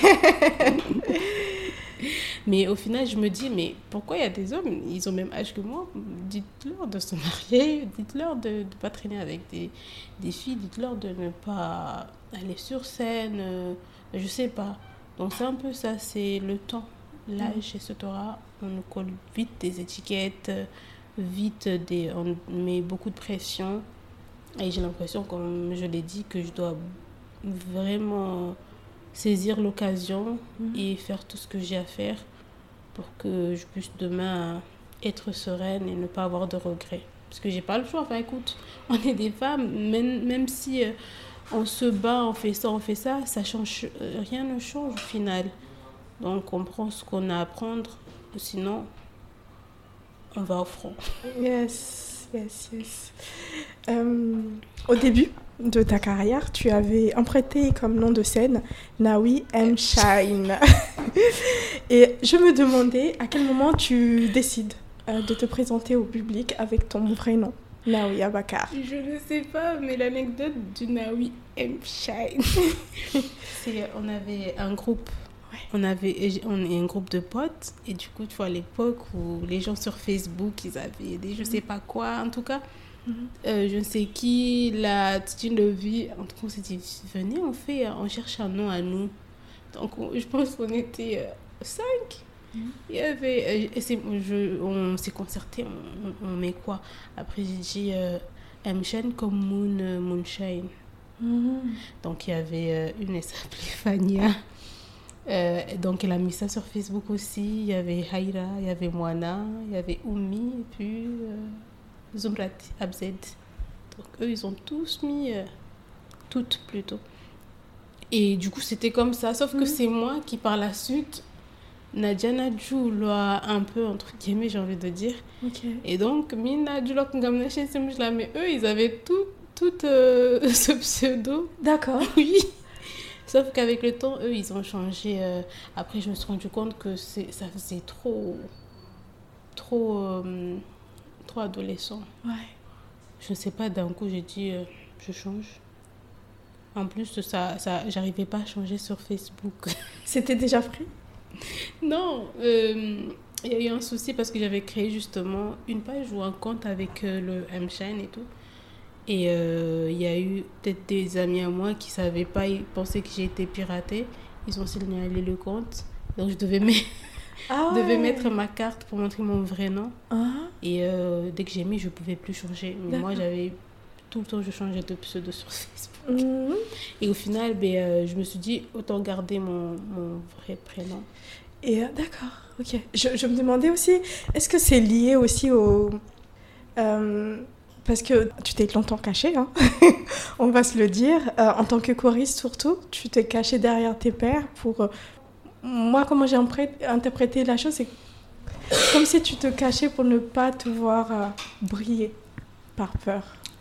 Mais au final, je me dis, mais pourquoi il y a des hommes, ils ont le même âge que moi, dites-leur de se marier, dites-leur de ne pas traîner avec des filles, dites-leur de ne pas aller sur scène, je sais pas. Donc c'est un peu ça, c'est le temps, l'âge, etc. On nous colle vite des étiquettes, on met beaucoup de pression. Et j'ai l'impression, comme je l'ai dit, que je dois vraiment saisir l'occasion et faire tout ce que j'ai à faire pour que je puisse demain être sereine et ne pas avoir de regrets. Parce que j'ai pas le choix. Enfin, écoute, on est des femmes, même si on se bat, on fait ça, ça change, rien ne change au final. Donc, on prend ce qu'on a à prendre, sinon, on va au front. Yes. Au début de ta carrière, tu avais emprunté comme nom de scène Naoui M. Shine. Et je me demandais à quel moment tu décides de te présenter au public avec ton vrai nom, Naoui Abakar. Je ne sais pas, mais l'anecdote du Naoui M. Shine, on avait un groupe. On est un groupe de potes et du coup, tu vois, à l'époque où les gens sur Facebook, ils avaient des je sais pas quoi, en tout cas, je ne sais qui, la Titine de vie, en tout cas, on s'est dit, venez, on cherche un nom à nous. Donc, je pense qu'on était 5. Il y avait, on s'est concerté, on met quoi? Après, j'ai dit M-Shine comme Moonshine. Donc, il y avait une, elle s'appelait Fania. Donc elle a mis ça sur Facebook aussi. Il y avait Haïra, il y avait Moana, il y avait Oumi et puis Zumrat Abzed. Donc eux ils ont tous mis toutes plutôt. Et du coup c'était comme ça, sauf que c'est moi qui par la suite Nadia Nadjou l'a un peu entre guillemets, j'ai envie de dire. Et donc Mina Djulok Ngamnaché Semjla, mais eux ils avaient tout ce pseudo. D'accord. Oui. Sauf qu'avec le temps, eux, ils ont changé. Après, je me suis rendu compte que ça faisait trop adolescent. Ouais. Je ne sais pas, d'un coup, j'ai dit, je change. En plus, j'arrivais pas à changer sur Facebook. C'était déjà pris? Non, il y a eu un souci parce que j'avais créé justement une page ou un compte avec le M-Shine et tout. Et il y a eu peut-être des amis à moi qui ne savaient pas, ils pensaient que j'ai été piratée. Ils ont signalé le compte. Donc je devais mettre ma carte pour montrer mon vrai nom. Et dès que j'ai mis, je ne pouvais plus changer. Mais moi, tout le temps, je changeais de pseudo sur Facebook. Et au final, je me suis dit, autant garder mon vrai prénom. Et d'accord, ok. Je me demandais aussi, est-ce que c'est lié aussi au... parce que tu t'es longtemps caché, hein. On va se le dire. En tant que choriste surtout, tu t'es caché derrière tes pairs pour... Moi, comment j'ai interprété la chose, c'est comme si tu te cachais pour ne pas te voir briller par peur.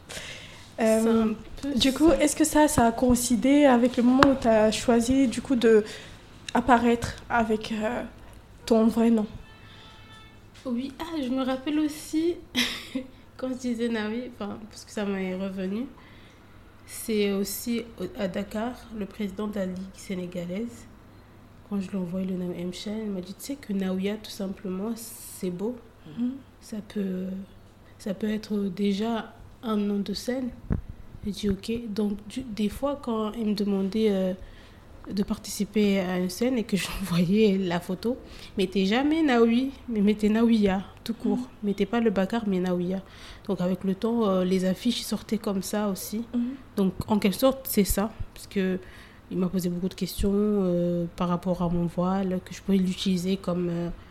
Du coup, est-ce que ça a coïncidé avec le moment où tu as choisi du coup de apparaître avec ton vrai nom? Oui, je me rappelle aussi, quand je disais Naoui, parce que ça m'est revenu, c'est aussi à Dakar, le président de la Ligue sénégalaise, quand je lui ai envoyé le nom M-Chain, il m'a dit, tu sais que Naouya, tout simplement, c'est beau. Ça peut être déjà un nom de scène. J'ai dit ok. Donc des fois quand il me demandait de participer à une scène et que j'envoyais la photo, mettez jamais Naoui, mais mettez Naouya tout court. Mettez pas le Bakar mais Naouya. Donc avec le temps les affiches sortaient comme ça aussi. Donc en quelque sorte c'est ça, parce que il m'a posé beaucoup de questions par rapport à mon voile, que je pouvais l'utiliser comme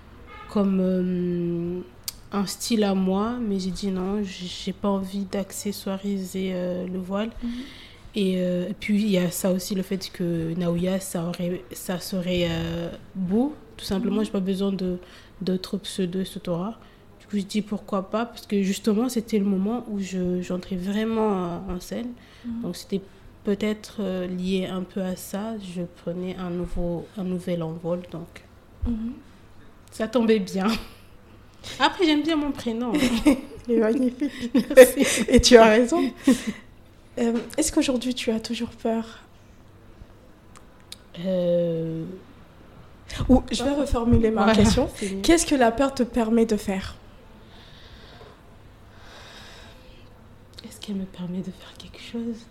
un style à moi, mais j'ai dit non, j'ai pas envie d'accessoiriser le voile. Et puis il y a ça aussi, le fait que Naouya, ça serait beau, tout simplement. J'ai pas besoin d'autres pseudo, etc. Du coup je dis pourquoi pas, parce que justement c'était le moment où j'entrais vraiment en scène. Donc c'était peut-être lié un peu à ça. Je prenais un nouvel envol, donc ça tombait bien. Après, j'aime bien mon prénom. Il est magnifique. Merci. Et tu as raison. Est-ce qu'aujourd'hui, tu as toujours peur? Ou je vais reformuler ma question. Qu'est-ce que la peur te permet de faire? Est-ce qu'elle me permet de faire quelque chose?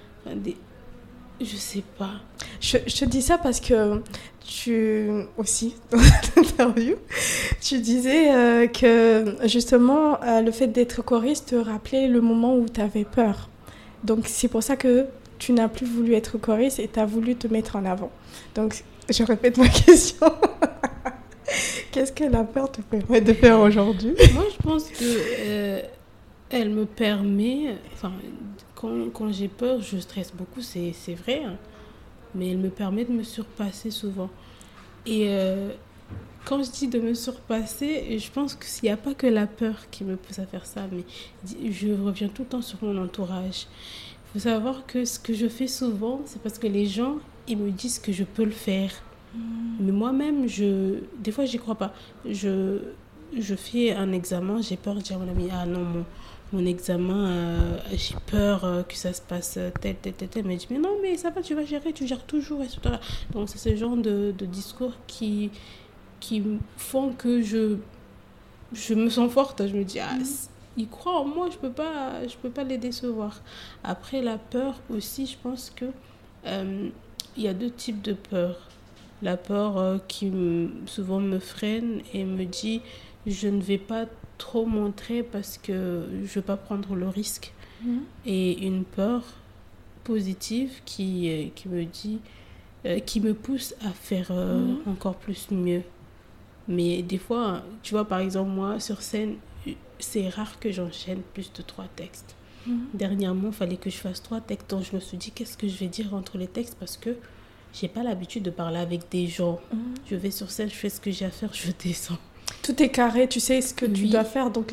Je sais pas. Je te dis ça parce que tu aussi, dans l'interview, tu disais que justement le fait d'être choriste te rappelait le moment où tu avais peur. Donc c'est pour ça que tu n'as plus voulu être choriste et tu as voulu te mettre en avant. Donc je répète ma question. Qu'est-ce que la peur te permet de faire aujourd'hui? Moi je pense que elle me permet... Quand j'ai peur, je stresse beaucoup, c'est vrai, hein, mais elle me permet de me surpasser souvent. Et quand je dis de me surpasser, je pense qu'il n'y a pas que la peur qui me pousse à faire ça, mais je reviens tout le temps sur mon entourage. Il faut savoir que ce que je fais souvent, c'est parce que les gens, ils me disent que je peux le faire. Mais moi-même, des fois, j'y crois pas. Je fais un examen, j'ai peur de dire à mon ami, ah non, mon examen, j'ai peur que ça se passe tel. Mais je dis, mais non, mais ça va, tu vas gérer, tu gères toujours, etc. Donc, c'est ce genre de discours qui font que je me sens forte. Je me dis, ils croient en moi, je peux pas les décevoir. Après, la peur aussi, je pense que il y a deux types de peur. La peur qui souvent me freine et me dit, je ne vais pas trop montrer parce que je veux pas prendre le risque. Et une peur positive qui me dit qui me pousse à faire encore plus mieux. Mais des fois, tu vois, par exemple, moi sur scène, c'est rare que j'enchaîne plus de 3 textes. Dernièrement, il fallait que je fasse 3 textes, donc je me suis dit qu'est-ce que je vais dire entre les textes, parce que j'ai pas l'habitude de parler avec des gens. Je vais sur scène, je fais ce que j'ai à faire, je descends. Tout est carré, tu sais ce que tu dois faire, donc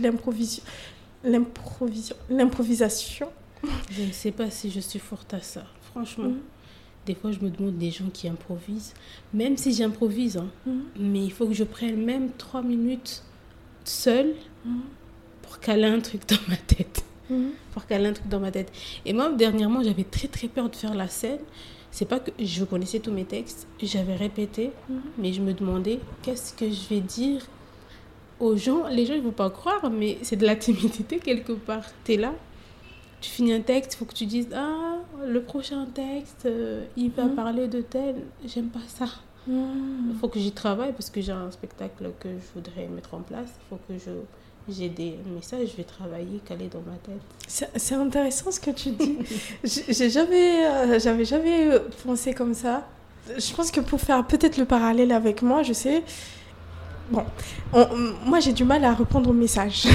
l'improvisation. Je ne sais pas si je suis forte à ça, franchement. Des fois, je me demande des gens qui improvisent, même si j'improvise, mais il faut que je prenne même 3 minutes seule pour caler un truc dans ma tête. Et moi, dernièrement, j'avais très très peur de faire la scène. C'est pas que je connaissais tous mes textes, j'avais répété, mais je me demandais qu'est-ce que je vais dire aux gens. Les gens, ils vont pas croire, mais c'est de la timidité quelque part. T'es là, tu finis un texte, il faut que tu dises le prochain texte, il va parler de tel. J'aime pas ça. Il faut que j'y travaille parce que j'ai un spectacle que je voudrais mettre en place. Il faut que j'ai des messages, je vais travailler, caler dans ma tête. C'est intéressant ce que tu dis. J'avais jamais pensé comme ça. je pense que pour faire peut-être le parallèle avec moi, je sais... Bon, moi j'ai du mal à répondre aux messages.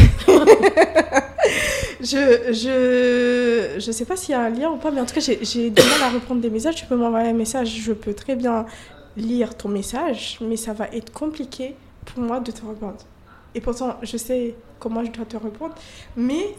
Je sais pas s'il y a un lien ou pas, mais en tout cas j'ai du mal à répondre des messages. Tu peux m'envoyer un message, je peux très bien lire ton message, mais ça va être compliqué pour moi de te répondre. Et pourtant, je sais comment je dois te répondre, mais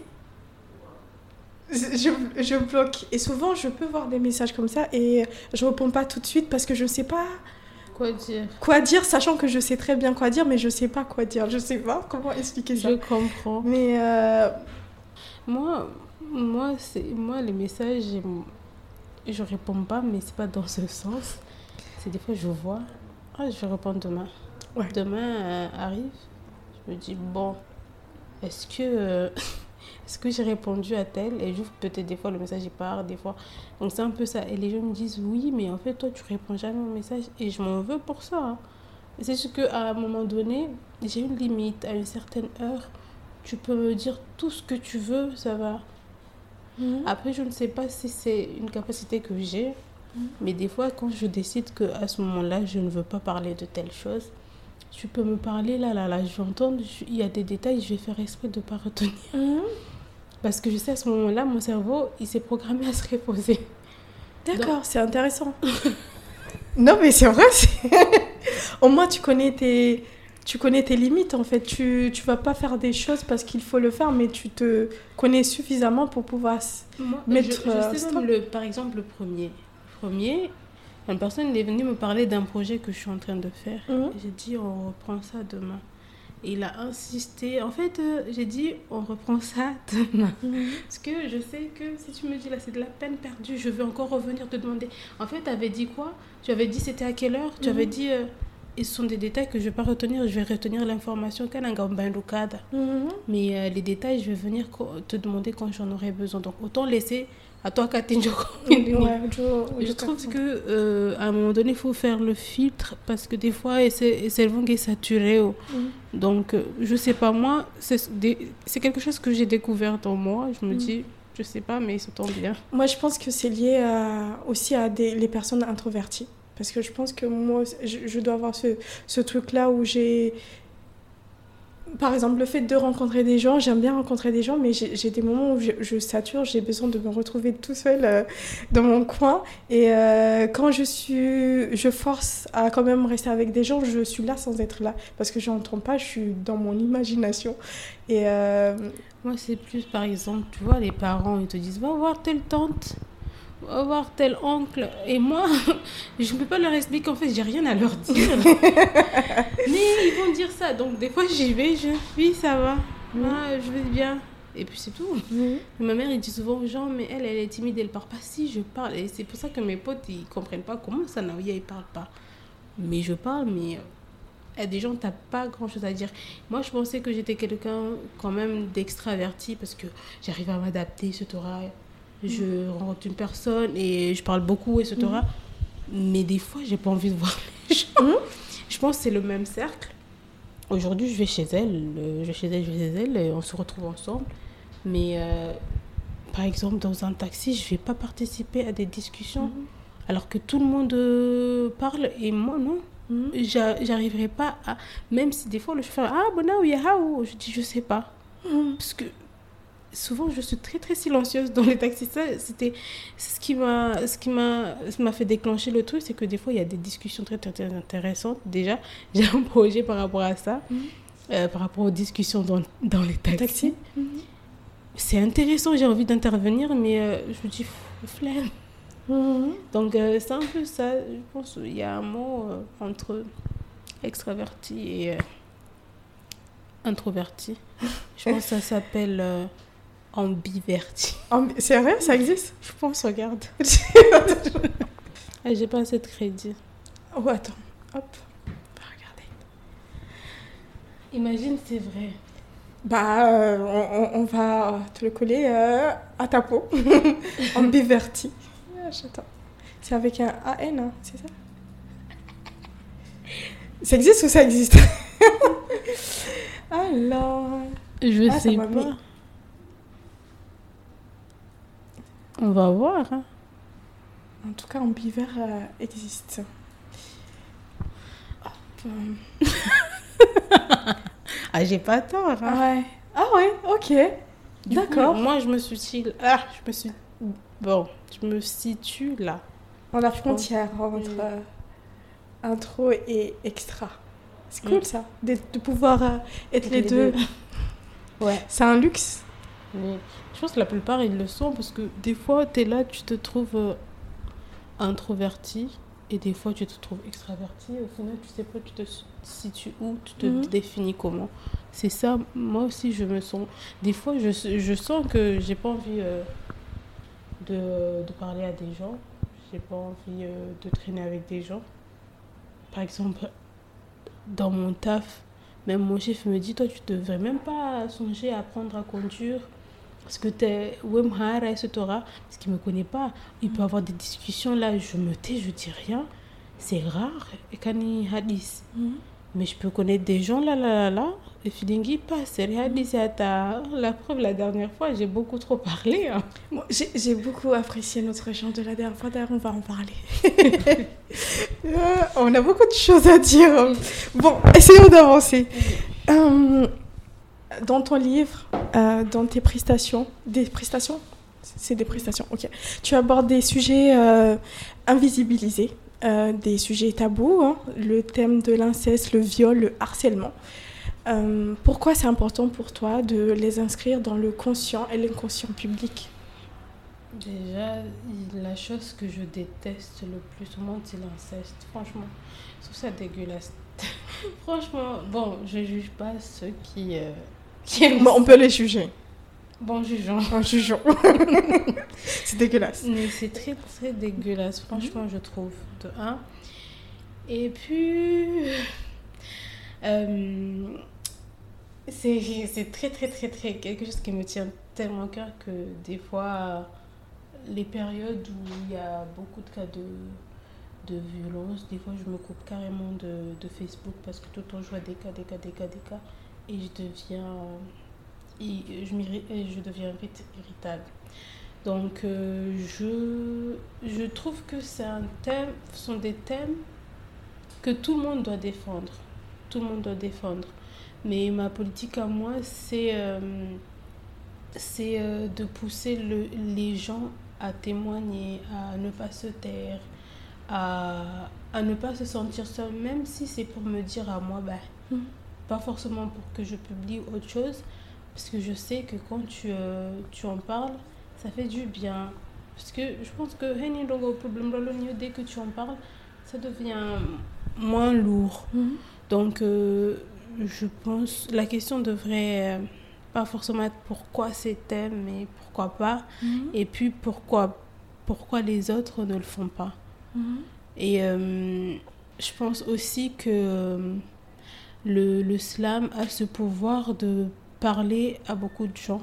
je bloque. Et souvent, je peux voir des messages comme ça et je réponds pas tout de suite parce que je sais pas quoi dire, sachant que je sais très bien quoi dire, mais je sais pas quoi dire. Je sais pas comment expliquer ça. Je comprends. Mais Moi, les messages, je réponds pas, mais c'est pas dans ce sens. C'est des fois, je vois, je vais répondre demain. Ouais. Demain arrive, je me dis, bon, est-ce que j'ai répondu à tel? Et juste peut-être des fois, le message il part, des fois. Donc c'est un peu ça. Et les gens me disent, oui, mais en fait, toi, tu réponds jamais au message. Et je m'en veux pour ça. Hein. C'est juste qu'à un moment donné, j'ai une limite. À une certaine heure, tu peux me dire tout ce que tu veux, ça va. Après, je ne sais pas si c'est une capacité que j'ai, mais des fois, quand je décide qu'à ce moment-là, je ne veux pas parler de telle chose, tu peux me parler, là, je vais entendre, il y a des détails, je vais faire exprès de ne pas retenir. Parce que je sais, à ce moment-là, mon cerveau, il s'est programmé à se reposer. D'accord, donc... c'est intéressant. Non, mais c'est vrai, au moins tu connais tes limites, en fait. Tu vas pas faire des choses parce qu'il faut le faire, mais tu te connais suffisamment pour pouvoir mettre... Je sais même, par exemple, le premier, une personne est venue me parler d'un projet que je suis en train de faire. J'ai dit, on reprend ça demain. Et il a insisté. En fait, j'ai dit, on reprend ça demain. Parce que je sais que si tu me dis, là, c'est de la peine perdue, je vais encore revenir te demander. En fait, tu avais dit quoi? Tu avais dit, c'était à quelle heure? Tu avais dit... Et ce sont des détails que je ne vais pas retenir. Je vais retenir l'information mais les détails, je vais venir te demander quand j'en aurai besoin. Donc, autant laisser à toi, Catherine. Je trouve qu'à un moment donné, il faut faire le filtre parce que des fois, c'est le vent qui est saturé. Donc, je ne sais pas, moi, c'est quelque chose que j'ai découvert dans moi. Je me dis, je ne sais pas, mais ça tombe bien. Moi, je pense que c'est lié aussi à les personnes introverties. Parce que je pense que moi, je dois avoir ce truc-là où j'ai... Par exemple, le fait de rencontrer des gens, j'aime bien rencontrer des gens, mais j'ai des moments où je sature, j'ai besoin de me retrouver tout seul dans mon coin. Et quand je force à quand même rester avec des gens, je suis là sans être là. Parce que je n'entends pas, je suis dans mon imagination. Et moi, c'est plus, par exemple, tu vois, les parents, ils te disent « Va voir telle tante ». Va voir tel oncle, et moi je ne peux pas leur expliquer, en fait j'ai rien à leur dire mais ils vont dire ça, donc des fois j'y vais, oui ça va, je vais bien, et puis c'est tout. Ma mère elle dit souvent aux gens, mais elle est timide, elle parle pas. Si, je parle, et c'est pour ça que mes potes ils comprennent pas comment ça Naouya il parle pas, mais je parle, mais à des gens t'as pas grand chose à dire. Moi je pensais que j'étais quelqu'un quand même d'extraverti parce que j'arrive à m'adapter, etc. Je rencontre une personne et je parle beaucoup, etc. Mais des fois, j'ai pas envie de voir les gens. Je pense que c'est le même cercle. Aujourd'hui, je vais chez elle, et on se retrouve ensemble. Mais par exemple, dans un taxi, je vais pas participer à des discussions alors que tout le monde parle et moi, non. J'arriverai pas à... Même si des fois, le chauffeur... Ah, bon, je dis, je sais pas. Parce que souvent je suis très très silencieuse dans les taxis. C'est ce qui m'a fait déclencher le truc, c'est que des fois il y a des discussions très, très, très intéressantes. Déjà j'ai un projet par rapport à ça, par rapport aux discussions dans les taxis. C'est intéressant, j'ai envie d'intervenir, mais je me dis flemme. Donc c'est un peu ça. Je pense qu'il y a un mot entre extraverti et introverti. Je pense que ça s'appelle ambiverti. C'est vrai, ça existe? Je pense, regarde. J'ai pas assez de crédit. Oh, attends. Hop. On va regarder. Imagine, c'est vrai. Bah, on va te le coller à ta peau. Ambiverti. J'attends. C'est avec un AN, hein, c'est ça? Ça existe ou ça existe? Alors... Je sais pas. On va voir. Hein. En tout cas, ambivert existe. Ah, j'ai pas tort. Hein. Ouais. Ah ouais, ok. D'accord. Moi, je me situe là. Dans la frontière entre intro et extra. C'est cool ça, de pouvoir être les deux. Ouais. C'est un luxe. Mais je pense que la plupart, ils le sont parce que des fois, tu es là, tu te trouves introverti et des fois, tu te trouves extraverti. Au final, tu sais pas, tu te situes où, tu te définis comment. C'est ça, moi aussi, je me sens... Des fois, je sens que j'ai pas envie de parler à des gens. J'ai pas envie de traîner avec des gens. Par exemple, dans mon taf, même mon chef me dit, toi, tu devrais même pas songer à apprendre à conduire. Parce que t'es Wemhara, etc. Parce qu'il me connaît pas. Il peut avoir des discussions là, je me tais, je dis rien. C'est rare. Et quand il hadith. Mais je peux connaître des gens là. Et Filingi passe. C'est la preuve, la dernière fois, j'ai beaucoup trop parlé. Hein. Moi, j'ai beaucoup apprécié notre échange de la dernière fois. D'ailleurs, on va en parler. On a beaucoup de choses à dire. Bon, essayons d'avancer. Dans ton livre, dans tes prestations, c'est des prestations, ok. Tu abordes des sujets invisibilisés, des sujets tabous, hein, le thème de l'inceste, le viol, le harcèlement. Pourquoi c'est important pour toi de les inscrire dans le conscient et l'inconscient public ? Déjà, la chose que je déteste le plus au monde, c'est l'inceste. Franchement, je trouve ça dégueulasse. Franchement, bon, je juge pas ceux qui Bon, on peut les juger. Bon, jugeons. C'est dégueulasse. Mais c'est très, très dégueulasse, franchement, je trouve, de un. Et puis... c'est très, très, très, très quelque chose qui me tient tellement à cœur que des fois, les périodes où il y a beaucoup de cas de violence, des fois, je me coupe carrément de Facebook parce que tout le temps, je vois des cas. Et je deviens vite irritable. Donc, je trouve que ce sont des thèmes que tout le monde doit défendre. Tout le monde doit défendre. Mais ma politique à moi, c'est de pousser les gens à témoigner, à ne pas se taire, à ne pas se sentir seul, même si c'est pour me dire à moi, pas forcément pour que je publie autre chose, parce que je sais que quand tu en parles, ça fait du bien. Parce que je pense que dès que tu en parles, ça devient moins lourd. Donc, je pense la question devrait pas forcément être pourquoi ces thèmes, mais pourquoi pas. Et puis, pourquoi les autres ne le font pas. Et je pense aussi que le slam a ce pouvoir de parler à beaucoup de gens.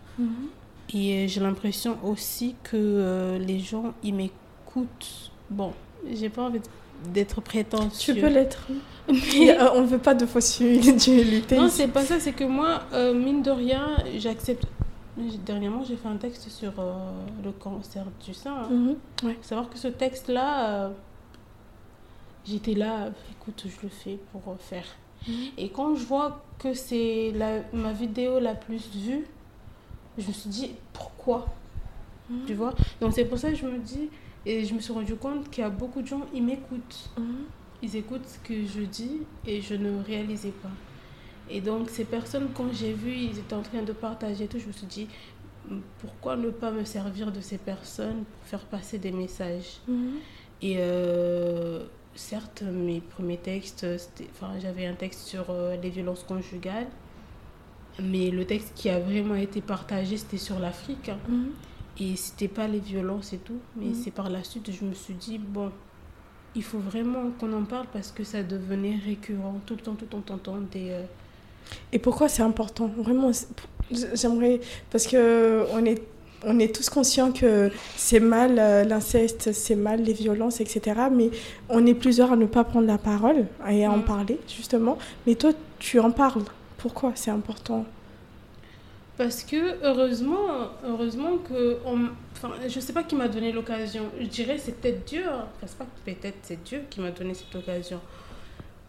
Et j'ai l'impression aussi que les gens, ils m'écoutent. Bon, j'ai pas envie d'être prétentieux. Tu peux l'être. Mais on ne veut pas de fausses dualités. Non, c'est pas ça. C'est que moi, mine de rien, j'accepte. Dernièrement, j'ai fait un texte sur le cancer du sein. Ouais. Faut savoir que ce texte-là, j'étais là, écoute, je le fais pour faire. Et quand je vois que c'est ma vidéo la plus vue, je me suis dit, pourquoi tu vois. Donc c'est pour ça que je me dis, et je me suis rendu compte qu'il y a beaucoup de gens, ils m'écoutent. Ils écoutent ce que je dis et je ne réalisais pas. Et donc ces personnes, quand j'ai vu, ils étaient en train de partager tout, je me suis dit, pourquoi ne pas me servir de ces personnes pour faire passer des messages. Et certes, mes premiers textes, j'avais un texte sur les violences conjugales, mais le texte qui a vraiment été partagé, c'était sur l'Afrique. Et c'était pas les violences et tout, mais c'est par la suite, je me suis dit, bon, il faut vraiment qu'on en parle parce que ça devenait récurrent, tout le temps, des... Et pourquoi c'est important ? Vraiment, j'aimerais... Parce qu'on est tous conscients que c'est mal l'inceste, c'est mal les violences, etc. Mais on est plusieurs à ne pas prendre la parole et à en parler, justement. Mais toi, tu en parles. Pourquoi c'est important ? Parce que heureusement que... je sais pas qui m'a donné l'occasion. Je dirais c'est peut-être Dieu. Enfin, c'est pas peut-être, c'est Dieu qui m'a donné cette occasion.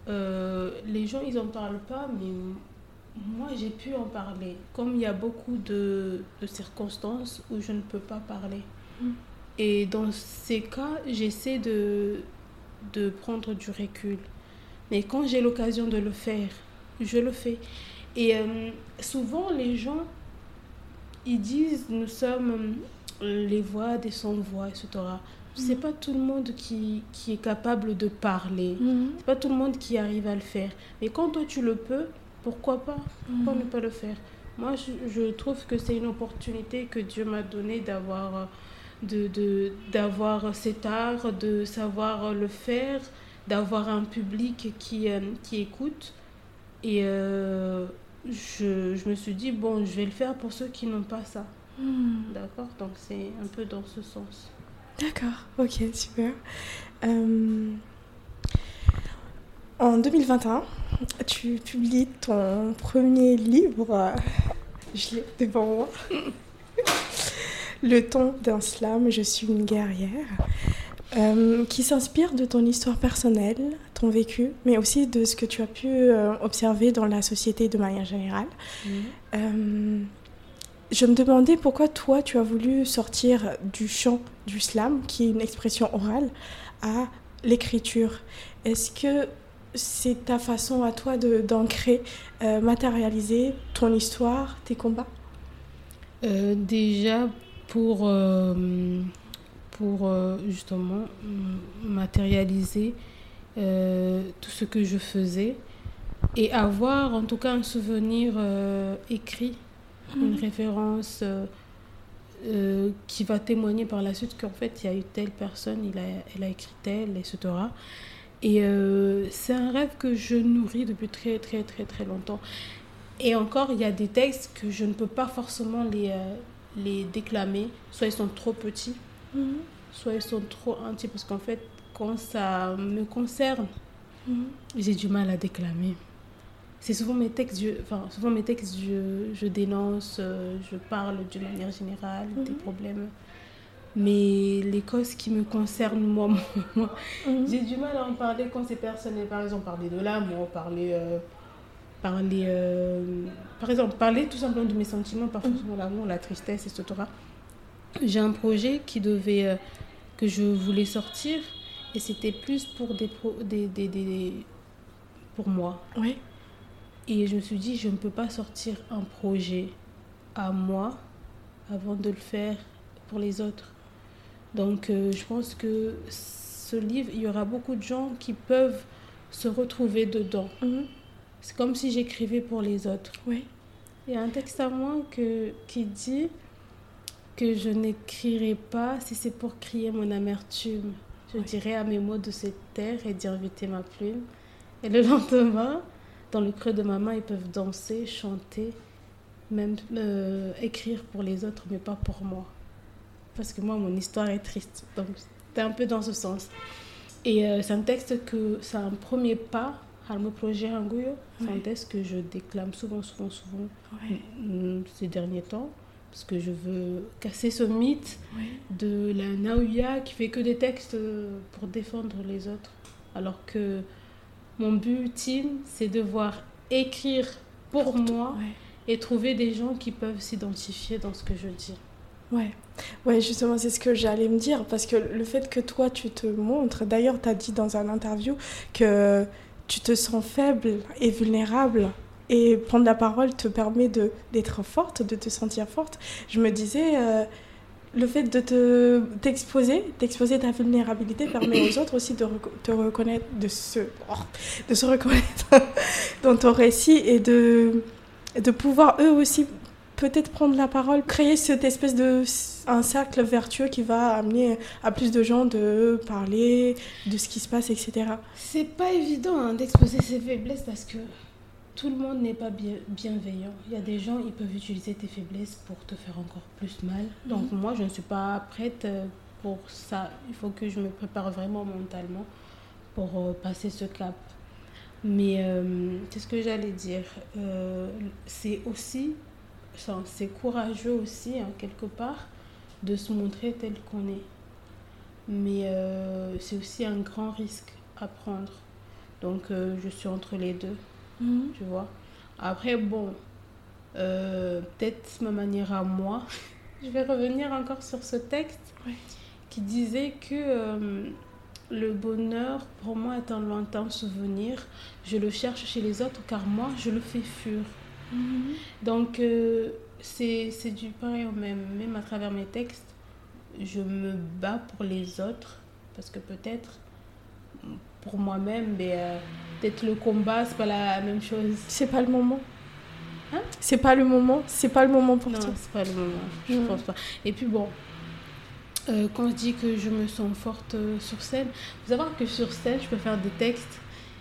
les gens, ils en parlent pas, mais moi, j'ai pu en parler. Comme il y a beaucoup de circonstances où je ne peux pas parler. Et dans ces cas, j'essaie de prendre du recul. Mais quand j'ai l'occasion de le faire, je le fais. Et souvent, les gens, ils disent, nous sommes les voix des sans-voix, etc. C'est pas tout le monde qui est capable de parler. C'est pas tout le monde qui arrive à le faire. Mais quand toi, tu le peux, pourquoi pas? Pourquoi ne pas le faire? Moi, je trouve que c'est une opportunité que Dieu m'a donnée d'avoir cet art, de savoir le faire, d'avoir un public qui écoute. Et je me suis dit, bon, je vais le faire pour ceux qui n'ont pas ça. D'accord? Donc, c'est un peu dans ce sens. D'accord, ok, super. En 2021, tu publies ton premier livre, je l'ai devant moi, Le ton d'un slam, je suis une guerrière, qui s'inspire de ton histoire personnelle, ton vécu, mais aussi de ce que tu as pu observer dans la société de manière générale. Je me demandais pourquoi toi, tu as voulu sortir du chant du slam, qui est une expression orale, à l'écriture. Est-ce que c'est ta façon à toi d'ancrer, matérialiser ton histoire, tes combats? Déjà, pour justement matérialiser tout ce que je faisais et avoir en tout cas un souvenir écrit, une référence qui va témoigner par la suite qu'en fait il y a eu telle personne, elle a écrit telle, etc. Et c'est un rêve que je nourris depuis très très très très longtemps. Et encore, il y a des textes que je ne peux pas forcément les déclamer. Soit ils sont trop petits, soit ils sont trop intimes. Parce qu'en fait, quand ça me concerne, j'ai du mal à déclamer. C'est souvent mes textes, je dénonce, je parle d'une manière générale des problèmes. Mais les causes qui me concernent, moi, j'ai du mal à en parler quand c'est personnel. Par exemple, parler de l'amour, par exemple, parler tout simplement de mes sentiments, pas forcément l'amour, la tristesse, etc. J'ai un projet que je voulais sortir et c'était plus pour pour moi. Oui. Et je me suis dit, je ne peux pas sortir un projet à moi avant de le faire pour les autres. Donc, je pense que ce livre, il y aura beaucoup de gens qui peuvent se retrouver dedans. C'est comme si j'écrivais pour les autres. Oui. Il y a un texte à moi qui dit que je n'écrirai pas si c'est pour crier mon amertume. Je dirai à mes mots de cette terre et dire vite ma plume. Et le lendemain, dans le creux de ma main, ils peuvent danser, chanter, même écrire pour les autres, mais pas pour moi. Parce que moi, mon histoire est triste. Donc, c'est un peu dans ce sens. Et c'est un texte c'est un premier pas. Harmo projet Ranguyo, c'est un texte que je déclame souvent ces derniers temps. Parce que je veux casser ce mythe de la Naouya qui fait que des textes pour défendre les autres. Alors que mon but ultime, c'est devoir écrire pour moi et trouver des gens qui peuvent s'identifier dans ce que je dis. Ouais, justement, c'est ce que j'allais me dire. Parce que le fait que toi, tu te montres... D'ailleurs, tu as dit dans un interview que tu te sens faible et vulnérable. Et prendre la parole te permet d'être forte, de te sentir forte. Je me disais... le fait de t'exposer ta vulnérabilité permet aux autres aussi de te reconnaître, de se reconnaître dans ton récit et de pouvoir eux aussi peut-être prendre la parole, créer cette espèce un cercle vertueux qui va amener à plus de gens de parler de ce qui se passe, etc. C'est pas évident d'exposer ses faiblesses parce que tout le monde n'est pas bienveillant. Il y a des gens, ils peuvent utiliser tes faiblesses pour te faire encore plus mal. Donc moi, je ne suis pas prête pour ça. Il faut que je me prépare vraiment mentalement pour passer ce cap. Mais c'est ce que j'allais dire. C'est aussi, c'est courageux aussi, quelque part, de se montrer tel qu'on est. Mais c'est aussi un grand risque à prendre. Donc, je suis entre les deux, tu vois. Après, bon, peut-être ma manière à moi. Je vais revenir encore sur ce texte qui disait que le bonheur, pour moi, est un lointain souvenir. Je le cherche chez les autres car moi, je le fais fuir. Donc, c'est du pareil au même. Même à travers mes textes, je me bats pour les autres parce que peut-être pour moi-même, peut-être le combat, c'est pas la même chose. C'est pas le moment. Hein? C'est pas le moment pour toi. Non, c'est pas le moment, je pense pas. Et puis bon, quand je dis que je me sens forte sur scène, il faut savoir que sur scène, je peux faire des textes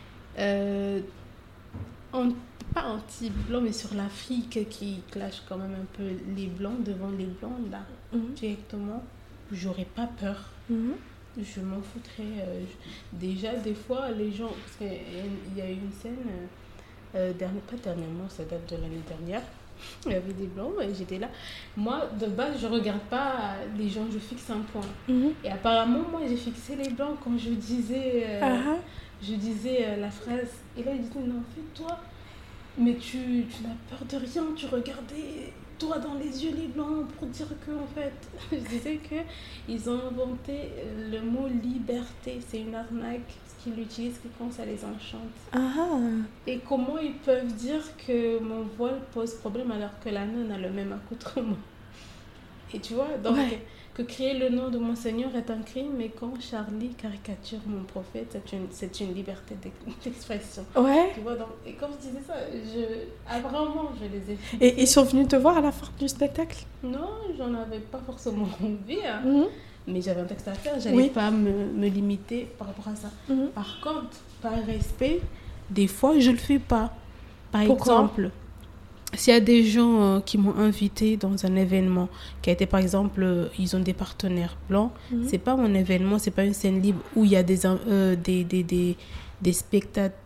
pas anti-blanc, mais sur l'Afrique qui clash quand même un peu les blancs devant les blancs, là, directement. J'aurais pas peur. Je m'en foutrais. Déjà, des fois, les gens, parce qu'il y a eu une scène, pas dernièrement, ça date de l'année dernière, il y avait des blancs et j'étais là. Moi, de base, je regarde pas les gens, je fixe un point. Et apparemment, moi, j'ai fixé les blancs quand je disais, la phrase. Et là, il disait, non, fais-toi. Mais tu n'as peur de rien, tu regardais droit dans les yeux les blancs pour dire que, en fait, je disais qu'ils ont inventé le mot liberté. C'est une arnaque, ce qu'ils utilisent quand ça les enchante. Et comment ils peuvent dire que mon voile pose problème alors que la nonne a le même accoutrement? Et tu vois, donc, que créer le nom de mon Seigneur est un crime, mais quand Charlie caricature mon prophète, c'est une liberté d'expression. Tu vois, donc, et comme je disais ça, vraiment, je les ai fixés. Et ils sont venus te voir à la fin du spectacle? Non, j'en avais pas forcément envie, mais j'avais un texte à faire, j'allais pas me limiter par rapport à ça. Par contre, par respect, des fois, je le fais pas. Par exemple, s'il y a des gens qui m'ont invité dans un événement qui a été, par exemple, ils ont des partenaires blancs, c'est pas mon événement, c'est pas une scène libre où il y a des spectateurs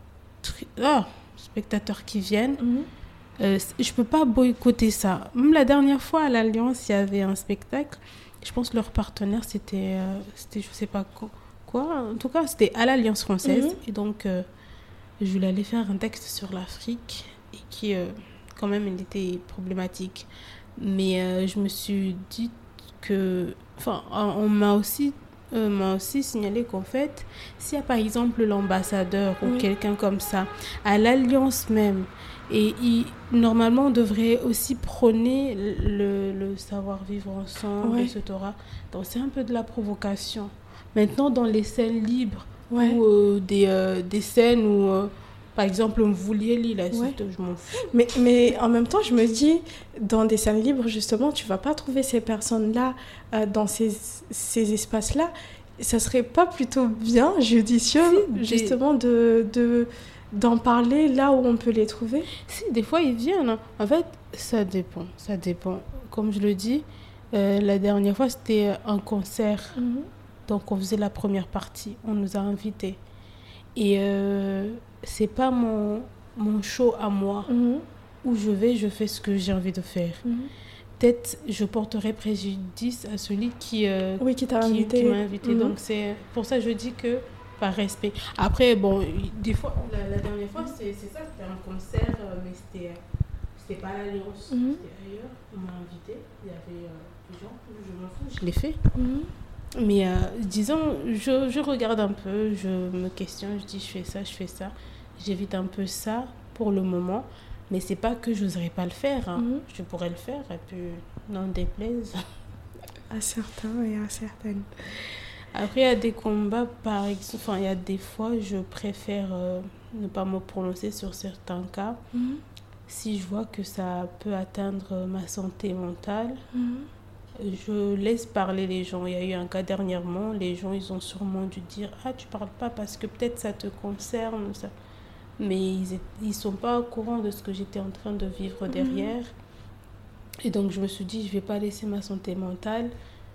qui viennent. Je peux pas boycotter ça. Même la dernière fois à l'Alliance, il y avait un spectacle. Je pense que leur partenaire, c'était je sais pas quoi. En tout cas, c'était à l'Alliance française. Et donc, je voulais aller faire un texte sur l'Afrique et qui... quand même, il était problématique. Mais je me suis dit que... Enfin, on m'a aussi signalé qu'en fait, s'il y a par exemple l'ambassadeur ou quelqu'un comme ça, à l'Alliance même, et normalement, on devrait aussi prôner le savoir-vivre ensemble, etc. Donc, c'est un peu de la provocation. Maintenant, dans les scènes libres, ou des scènes où... Par exemple, on voulait lire la suite, je m'en fous. Mais en même temps, je me dis, dans des scènes libres, justement, tu ne vas pas trouver ces personnes-là dans ces espaces-là. Ça serait pas plutôt bien, judicieux, justement, d'en parler là où on peut les trouver? Si, des fois, ils viennent. En fait, ça dépend. Comme je le dis, la dernière fois, c'était un concert. Donc, on faisait la première partie. On nous a invités. Et... c'est pas mon show à moi où je fais ce que j'ai envie de faire. Peut-être je porterai préjudice à celui qui m'a invité. Donc c'est pour ça que je dis que par respect. Après bon, des fois la dernière fois c'est ça, c'était un concert mais c'était pas à l'Alliance, c'était ailleurs. On m'a invité, il y avait des gens, je m'en fous, je l'ai fait. Mais disons, je regarde un peu, je me questionne, je dis je fais ça. J'évite un peu ça pour le moment, mais c'est pas que je n'oserais pas le faire. Je pourrais le faire et puis n'en déplaise. À certains et à certaines. Après, il y a des combats, par exemple, il y a des fois, je préfère ne pas me prononcer sur certains cas. Si je vois que ça peut atteindre ma santé mentale, je laisse parler les gens. Il y a eu un cas dernièrement, les gens ils ont sûrement dû dire « Ah, tu parles pas parce que peut-être ça te concerne. » Mais ils sont pas au courant de ce que j'étais en train de vivre derrière. Et donc, je me suis dit, je vais pas laisser ma santé mentale.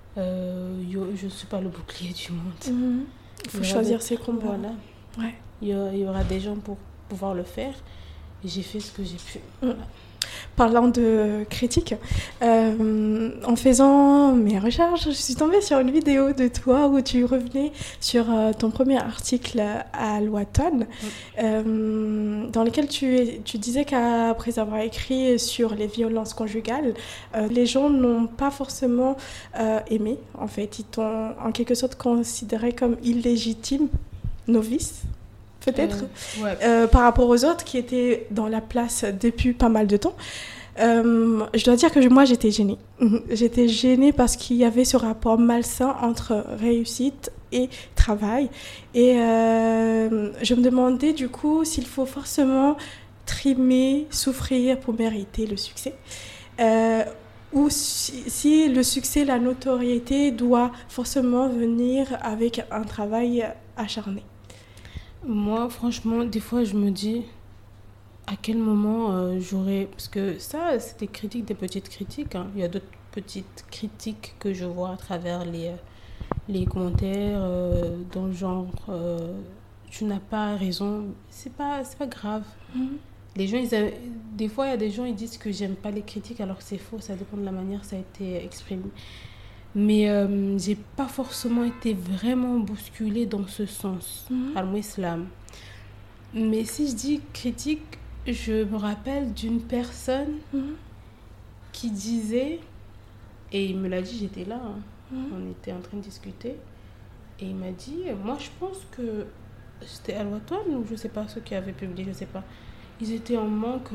Je suis pas le bouclier du monde. Il faut choisir ses combats. Voilà. Il y aura des gens pour pouvoir le faire. Et j'ai fait ce que j'ai pu. Voilà. Parlant de critique, en faisant mes recherches, je suis tombée sur une vidéo de toi où tu revenais sur ton premier article à l'automne, dans lequel tu disais qu'après avoir écrit sur les violences conjugales, les gens n'ont pas forcément aimé. En fait, ils t'ont en quelque sorte considéré comme illégitime, novice. Peut-être, par rapport aux autres qui étaient dans la place depuis pas mal de temps. Je dois dire que moi, j'étais gênée. J'étais gênée parce qu'il y avait ce rapport malsain entre réussite et travail. Et je me demandais du coup s'il faut forcément trimer, souffrir pour mériter le succès. Ou si le succès, la notoriété doit forcément venir avec un travail acharné. Moi, franchement, des fois, je me dis à quel moment j'aurais... Parce que ça, c'est des critiques, des petites critiques. Hein. Il y a d'autres petites critiques que je vois à travers les commentaires dans le genre tu n'as pas raison. C'est pas grave. Les gens, des fois, il y a des gens ils disent que j'aime pas les critiques alors que c'est faux. Ça dépend de la manière que ça a été exprimé. Mais j'ai pas forcément été vraiment bousculée dans ce sens, al-Islam. Mais si je dis critique, je me rappelle d'une personne qui disait, et il me l'a dit, j'étais là, on était en train de discuter, et il m'a dit, moi je pense que c'était Al-Watan ou je sais pas, ceux qui avaient publié, je sais pas, ils étaient en manque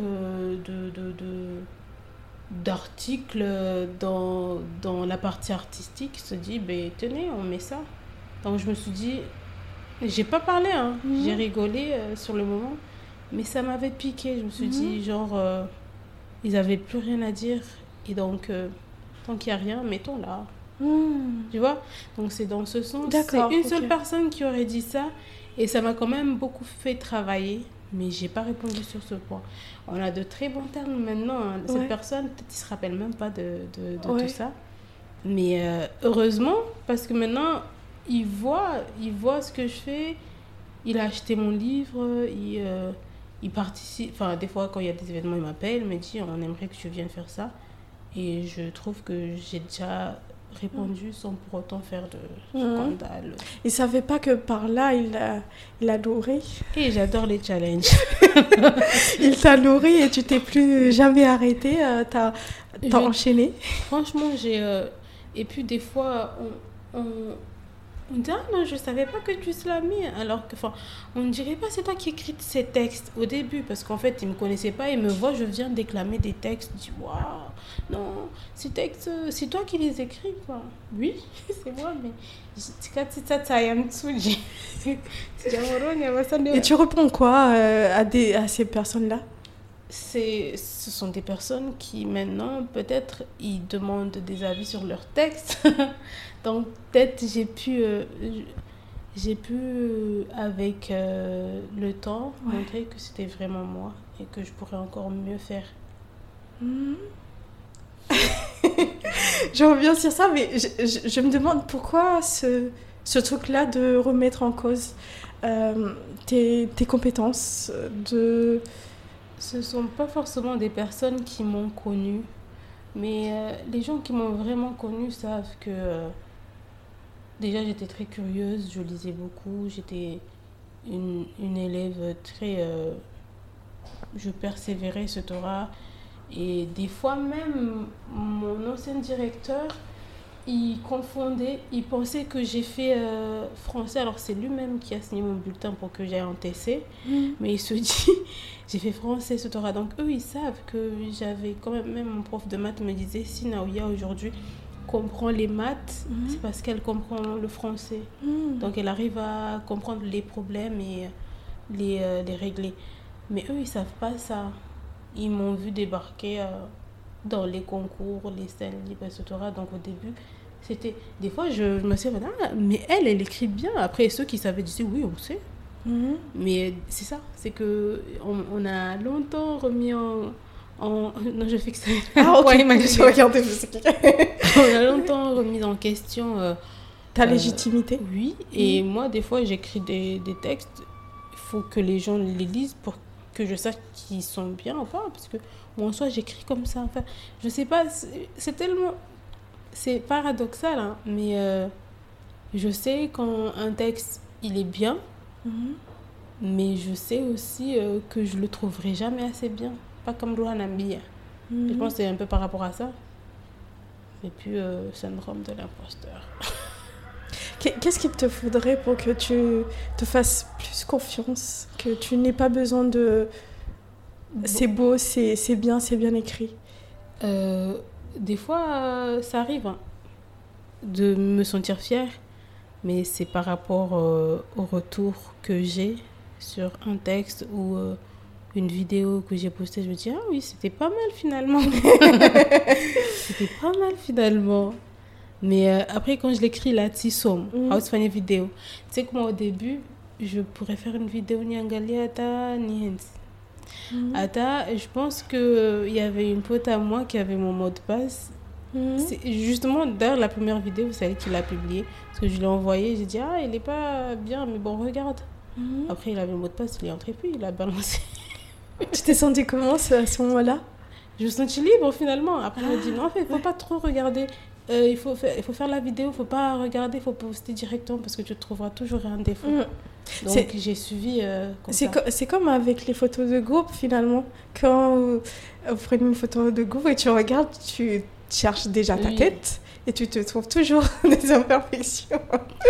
d'articles dans la partie artistique. Il se dit tenez, on met ça. Donc je me suis dit, j'ai pas parlé, j'ai rigolé sur le moment, mais ça m'avait piqué. Je me suis dit genre ils avaient plus rien à dire et donc tant qu'il y a rien, mettons-la. Tu vois, donc c'est dans ce sens. D'accord, c'est une seule personne qui aurait dit ça et ça m'a quand même beaucoup fait travailler. Mais j'ai pas répondu sur ce point. On a de très bons termes maintenant. Cette personne, peut-être il se rappelle même pas de tout ça. Mais heureusement, parce que maintenant, il voit ce que je fais. Il a acheté mon livre. Il participe. Enfin, des fois, quand il y a des événements, il m'appelle, il me dit on aimerait que tu viennes faire ça. Et je trouve que j'ai déjà répondu sans pour autant faire de scandale. Il savait pas que par là il a nourri. Et j'adore les challenges. Il t'a nourri et tu t'es plus jamais arrêté, t'as enchaîné. Franchement, et puis des fois on dit non, je savais pas que tu islamais, alors que on ne dirait pas c'est toi qui écris ces textes au début parce qu'en fait ils me connaissaient pas, ils me voient, je viens déclamer des textes, je dis waouh, non, ces textes c'est toi qui les écris quoi. Oui, c'est moi, mais et tu réponds quoi à ces personnes-là? Ce sont des personnes qui maintenant peut-être ils demandent des avis sur leurs textes. Donc peut-être j'ai pu avec le temps montrer que c'était vraiment moi et que je pourrais encore mieux faire. Je reviens sur ça, mais je me demande pourquoi ce truc-là de remettre en cause tes compétences. Ce ne sont pas forcément des personnes qui m'ont connue, mais les gens qui m'ont vraiment connue savent que déjà j'étais très curieuse, je lisais beaucoup, j'étais une élève très... je persévérais ce Torah. Et des fois même, mon ancien directeur, il confondait, il pensait que j'ai fait français. Alors c'est lui-même qui a signé mon bulletin pour que j'aille en TC. Mais il se dit, j'ai fait français, ce Torah. Donc eux, ils savent que j'avais quand même mon prof de maths me disait, si Naouya aujourd'hui comprend les maths, c'est parce qu'elle comprend le français. Donc elle arrive à comprendre les problèmes et les régler. Mais eux, ils savent pas ça. Ils m'ont vu débarquer dans les concours, les scènes libres, etc. Donc au début, c'était... Des fois, je me suis dit, mais elle écrit bien. Après, ceux qui savaient disaient, oui, on sait. Mais c'est ça, c'est qu'on a longtemps remis en... Non, je fixe. Ah, ok, je regardais. On a longtemps remis en question... ta légitimité. Oui, et moi, des fois, j'écris des textes. Il faut que les gens les lisent pour que je sache qu'ils sont bien ou pas, parce que moi en soi j'écris comme ça. Enfin, je sais pas, c'est tellement, c'est paradoxal, hein, mais je sais quand un texte il est bien, mais je sais aussi que je le trouverai jamais assez bien, pas comme Luana Mbia. Je pense que c'est un peu par rapport à ça. Et puis syndrome de l'imposteur. Qu'est-ce qu'il te faudrait pour que tu te fasses plus confiance, que tu n'aies pas besoin de c'est beau, c'est bien écrit? Des fois, ça arrive, hein, de me sentir fière, mais c'est par rapport au retour que j'ai sur un texte ou une vidéo que j'ai postée. Je me dis, ah oui, c'était pas mal finalement. C'était pas mal finalement. Mais après, quand je l'écris là, tu sais, une vidéo. Tu sais que moi, au début, je pourrais faire une vidéo ni angali ata ni hensi. Ata, je pense qu'il y avait une pote à moi qui avait mon mot de passe. C'est justement, d'ailleurs, la première vidéo, c'est elle qui l'a publiée. Parce que je l'ai envoyée, j'ai dit, ah, il est pas bien, mais bon, regarde. Après, il avait le mot de passe, il est entré, puis il a balancé. Tu t'es sentie comment à ce moment-là? Je me sentis libre finalement. Après, elle m'a dit, non, en fait, il ne faut pas trop regarder. Il faut faire la vidéo, il ne faut pas regarder, il faut poster directement parce que tu trouveras toujours un défaut. Donc, j'ai suivi comme ça. C'est comme avec les photos de groupe finalement. Quand vous prenez une photo de groupe et tu regardes, tu cherches déjà ta tête et tu te trouves toujours des imperfections.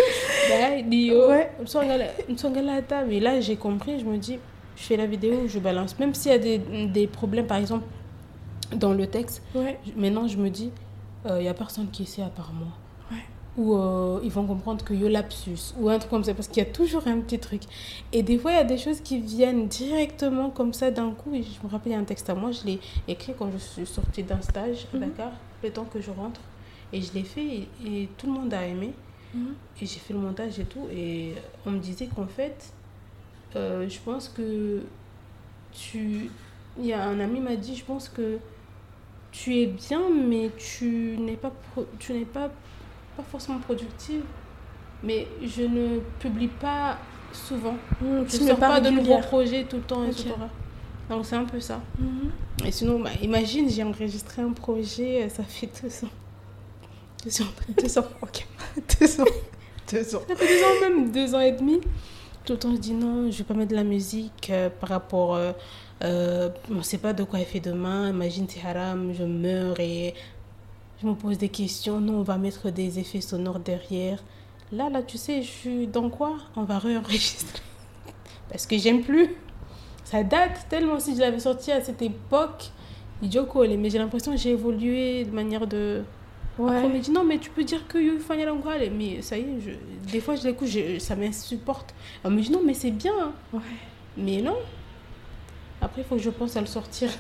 Mais là, j'ai compris, je me dis, je fais la vidéo, je balance. Même s'il y a des problèmes, par exemple, dans le texte, maintenant, je me dis, il n'y a personne qui sait à part moi. Ou ils vont comprendre que yo lapsus ou un truc comme ça, parce qu'il y a toujours un petit truc. Et des fois, il y a des choses qui viennent directement comme ça d'un coup. Et je me rappelle, il y a un texte à moi, je l'ai écrit quand je suis sortie d'un stage à Dakar, le temps que je rentre. Et je l'ai fait et tout le monde a aimé. Et j'ai fait le montage et tout. Et on me disait qu'en fait, je pense que il y a un ami m'a dit, je pense que tu es bien, mais tu n'es pas forcément productive. Mais je ne publie pas souvent. Je ne sors pas de nouveaux projets tout le temps, etc. Donc c'est un peu ça. Et sinon, imagine, j'ai enregistré un projet, ça fait 2 ans. 2 ans, ok. 2 ans. 2 ans. Ça fait 2 ans, même 2 ans et demi. Tout le temps, je dis non, je ne vais pas mettre de la musique par rapport... on ne sait pas de quoi elle fait demain. Imagine, c'est haram, je meurs et je me pose des questions. Non, on va mettre des effets sonores derrière. Là, tu sais, je suis dans quoi? On va réenregistrer. Parce que j'aime plus. Ça date tellement. Si je l'avais sorti à cette époque, mais j'ai l'impression que j'ai évolué de manière de... Après, on me dit non, mais tu peux dire que il faut y aller. Mais ça y est, des fois je l'écoute, ça m'insupporte. On me dit non, mais c'est bien. Mais non. Après, il faut que je pense à le sortir.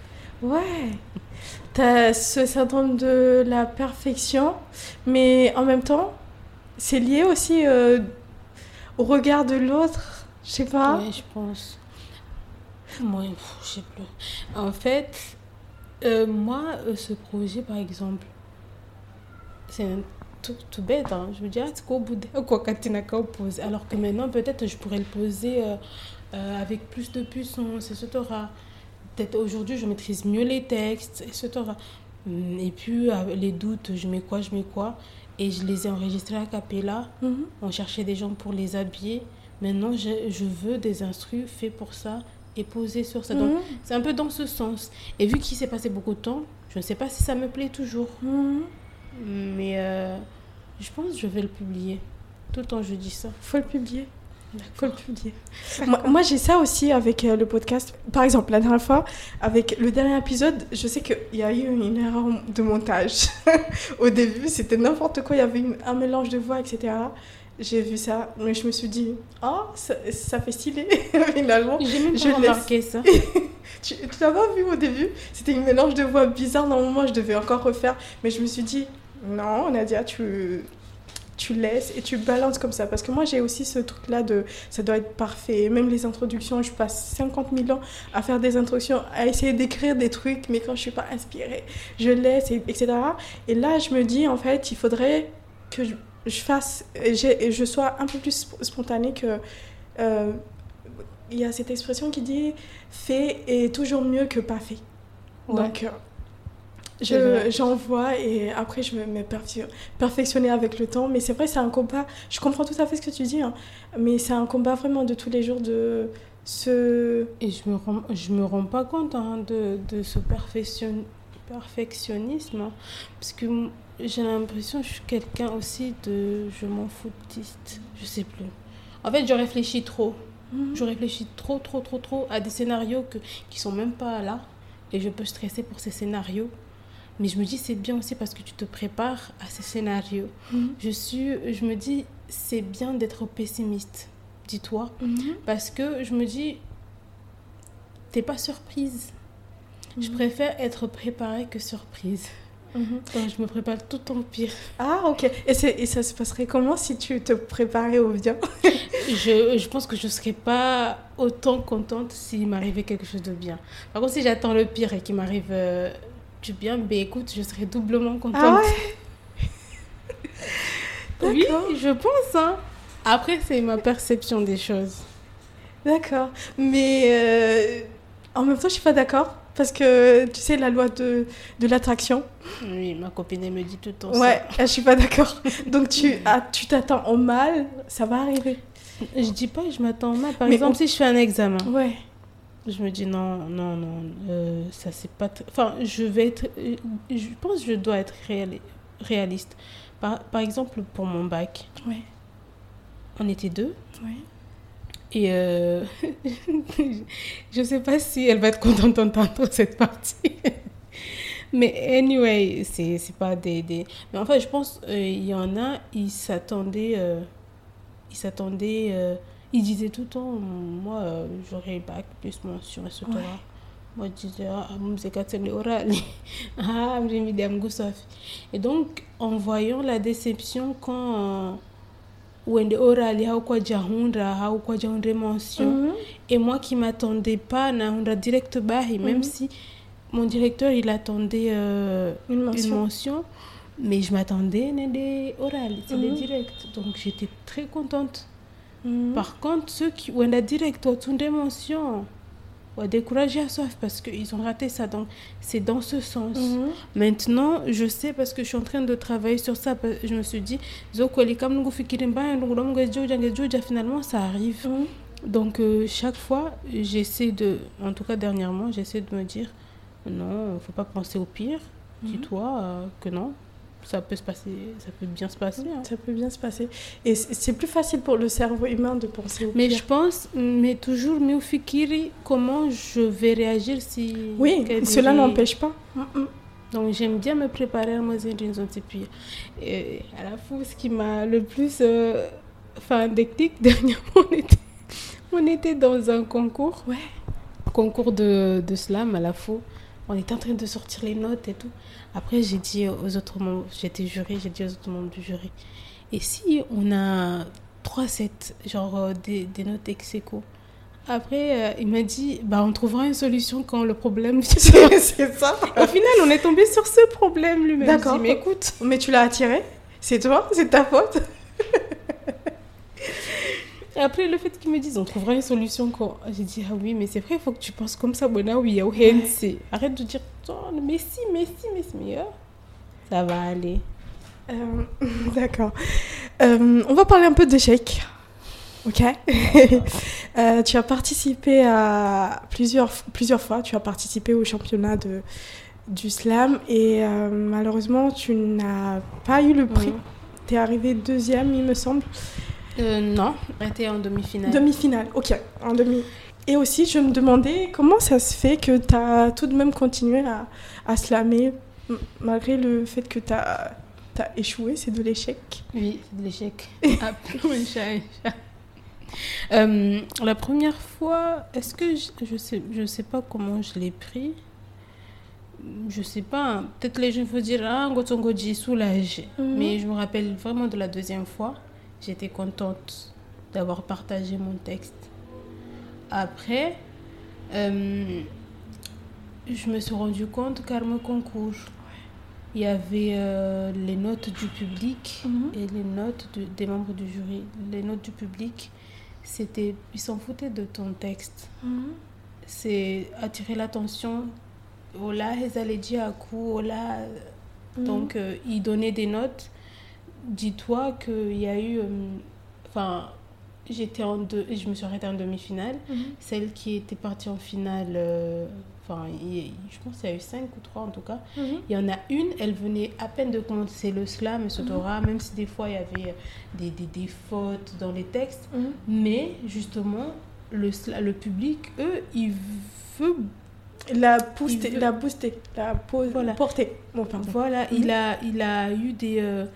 T'as ce syndrome de la perfection, mais en même temps, c'est lié aussi au regard de l'autre. Je sais pas. Oui, je pense. Moi, je sais plus. En fait, moi, ce projet, par exemple, c'est un truc tout bête. Hein. Je me dis, c'est quoi au bout de quoi Katinaka pose. Alors que maintenant, peut-être, je pourrais le poser avec plus de puissance, etc. Peut-être aujourd'hui, je maîtrise mieux les textes, etc. Et puis, les doutes, je mets quoi. Et je les ai enregistrés à cappella. On cherchait des gens pour les habiller. Maintenant, je veux des instrus faits pour ça et posés sur ça. Donc, c'est un peu dans ce sens. Et vu qu'il s'est passé beaucoup de temps, je ne sais pas si ça me plaît toujours. Mais je pense que je vais le publier. Tout le temps, je dis ça. Faut le publier. Moi, j'ai ça aussi avec le podcast. Par exemple, la dernière fois, avec le dernier épisode, je sais qu'il y a eu une erreur de montage. Au début, c'était n'importe quoi. Il y avait un mélange de voix, etc. J'ai vu ça, mais je me suis dit, ça fait stylé, finalement. J'ai même pas remarqué ça. Tu l'as pas vu au début? C'était un mélange de voix bizarre. Normalement, je devais encore refaire. Mais je me suis dit, non, Nadia, tu laisses et tu balances comme ça. Parce que moi, j'ai aussi ce truc-là de ça doit être parfait. Même les introductions, je passe 50 000 ans à faire des introductions, à essayer d'écrire des trucs, mais quand je suis pas inspirée, je laisse, etc. Et là, je me dis, en fait, il faudrait que je fasse, et je sois un peu plus spontanée que il y a cette expression qui dit « fait est toujours mieux que pas fait ». Ouais. Donc, j'en vois et après, je me mets perfectionner avec le temps. Mais c'est vrai, c'est un combat. Je comprends tout à fait ce que tu dis, hein, mais c'est un combat vraiment de tous les jours de se... Et je me rends pas compte de ce perfectionnisme, hein, parce que j'ai l'impression que je suis quelqu'un aussi de je m'en foutiste, je sais plus. En fait, je réfléchis trop. Je réfléchis trop à des scénarios qui sont même pas là et je peux stresser pour ces scénarios. Mais je me dis c'est bien aussi parce que tu te prépares à ces scénarios. Je me dis c'est bien d'être pessimiste, dis-toi, parce que je me dis t'es pas surprise. Je préfère être préparée que surprise. Donc je me prépare tout en pire. Ah, ok. Et ça se passerait comment si tu te préparais au bien? Je pense que je ne serais pas autant contente s'il m'arrivait quelque chose de bien. Par contre, si j'attends le pire et qu'il m'arrive du bien, ben écoute, je serais doublement contente. Ah ouais. Oui, je pense. Hein. Après, c'est ma perception des choses. D'accord. Mais en même temps, je ne suis pas d'accord. Parce que, tu sais, la loi de l'attraction. Oui, ma copine, elle me dit tout le temps ouais, ça. Je ne suis pas d'accord. Donc, tu t'attends au mal, ça va arriver. Je dis pas que je m'attends au mal. Par exemple, si je fais un examen, je me dis non, ça c'est pas... Enfin, je pense que je dois être réaliste. Par exemple, pour mon bac, on était 2. Oui. Et je sais pas si elle va être contente d'entendre cette partie. Mais anyway, c'est pas des... Mais en fait, je pense il y en a, ils s'attendaient... ils disaient tout le temps, moi, j'aurais bac plus mention, etc. Moi, je disais, c'est oral. Et donc, en voyant la déception quand... Wende orali haukwa jahundra mention et moi qui m'attendais pas na hundra direct bahi même si mon directeur il attendait une mention mais je m'attendais à des orales c'est des directs donc j'étais très contente. Par contre ceux qui wenda direct tunde mention ou découragé à soif parce qu'ils ont raté ça, donc c'est dans ce sens. Maintenant je sais parce que je suis en train de travailler sur ça. Je me suis dit finalement ça arrive. Donc chaque fois j'essaie de, en tout cas dernièrement j'essaie de me dire non, faut pas penser au pire. Dis-toi que non, ça peut bien se passer. Ça peut bien se passer. Et c'est plus facile pour le cerveau humain de penser au pire. Mais je pense, mais toujours mieux fikiri comment je vais réagir si... Oui, cela n'empêche pas. Donc j'aime bien me préparer à moi et à la fois ce qui m'a le plus fait un déclic dernièrement, on était dans un concours. Concours de slam à la fois. On était en train de sortir les notes et tout. Après, j'ai dit aux autres membres, j'étais juré, j'ai dit aux autres membres du jury, et si on a 3-7, genre des notes ex-aequo. Après, il m'a dit, on trouvera une solution quand le problème... c'est ça. Au final, on est tombé sur ce problème lui-même. D'accord. Dit, mais écoute... Mais tu l'as attiré. C'est toi, c'est ta faute. Et après, le fait qu'ils me disent, on trouvera une solution quand... J'ai dit, ah oui, mais c'est vrai, il faut que tu penses comme ça. Arrête de dire, mais si, meilleur. Ça va aller. D'accord. On va parler un peu d'échecs. Ok. Tu as participé à plusieurs fois. Tu as participé au championnat du slam et malheureusement, tu n'as pas eu le prix. Tu es arrivée 2e, il me semble. Non, j'étais en demi-finale. Demi-finale, ok. En demi. Et aussi, je me demandais comment ça se fait que tu as tout de même continué à slammer malgré le fait que tu as échoué. C'est de l'échec. Oui, c'est de l'échec. La première fois, est-ce que je sais pas comment je l'ai pris. Je sais pas. Peut-être les gens vont dire Ngotongoji soulagé. Mais je me rappelle vraiment de la deuxième fois. J'étais contente d'avoir partagé mon texte. Après, je me suis rendu compte qu'à mon concours, il y avait les notes du public et les notes des membres du jury. Les notes du public, ils s'en foutaient de ton texte. C'est attirer l'attention. Ola, ils allaient dire à coup, Ola. Donc, ils donnaient des notes. Dis-toi qu'il y a eu. Je me suis arrêtée en demi-finale. Celle qui était partie en finale, je pense qu'il y a eu 5 ou 3 en tout cas. Il y en a une, elle venait à peine de commencer le slam, M. Dora, même si des fois il y avait des fautes dans les textes. Mais justement, le public, eux, ils veulent... porter. Bon, pardon. Voilà, il a eu des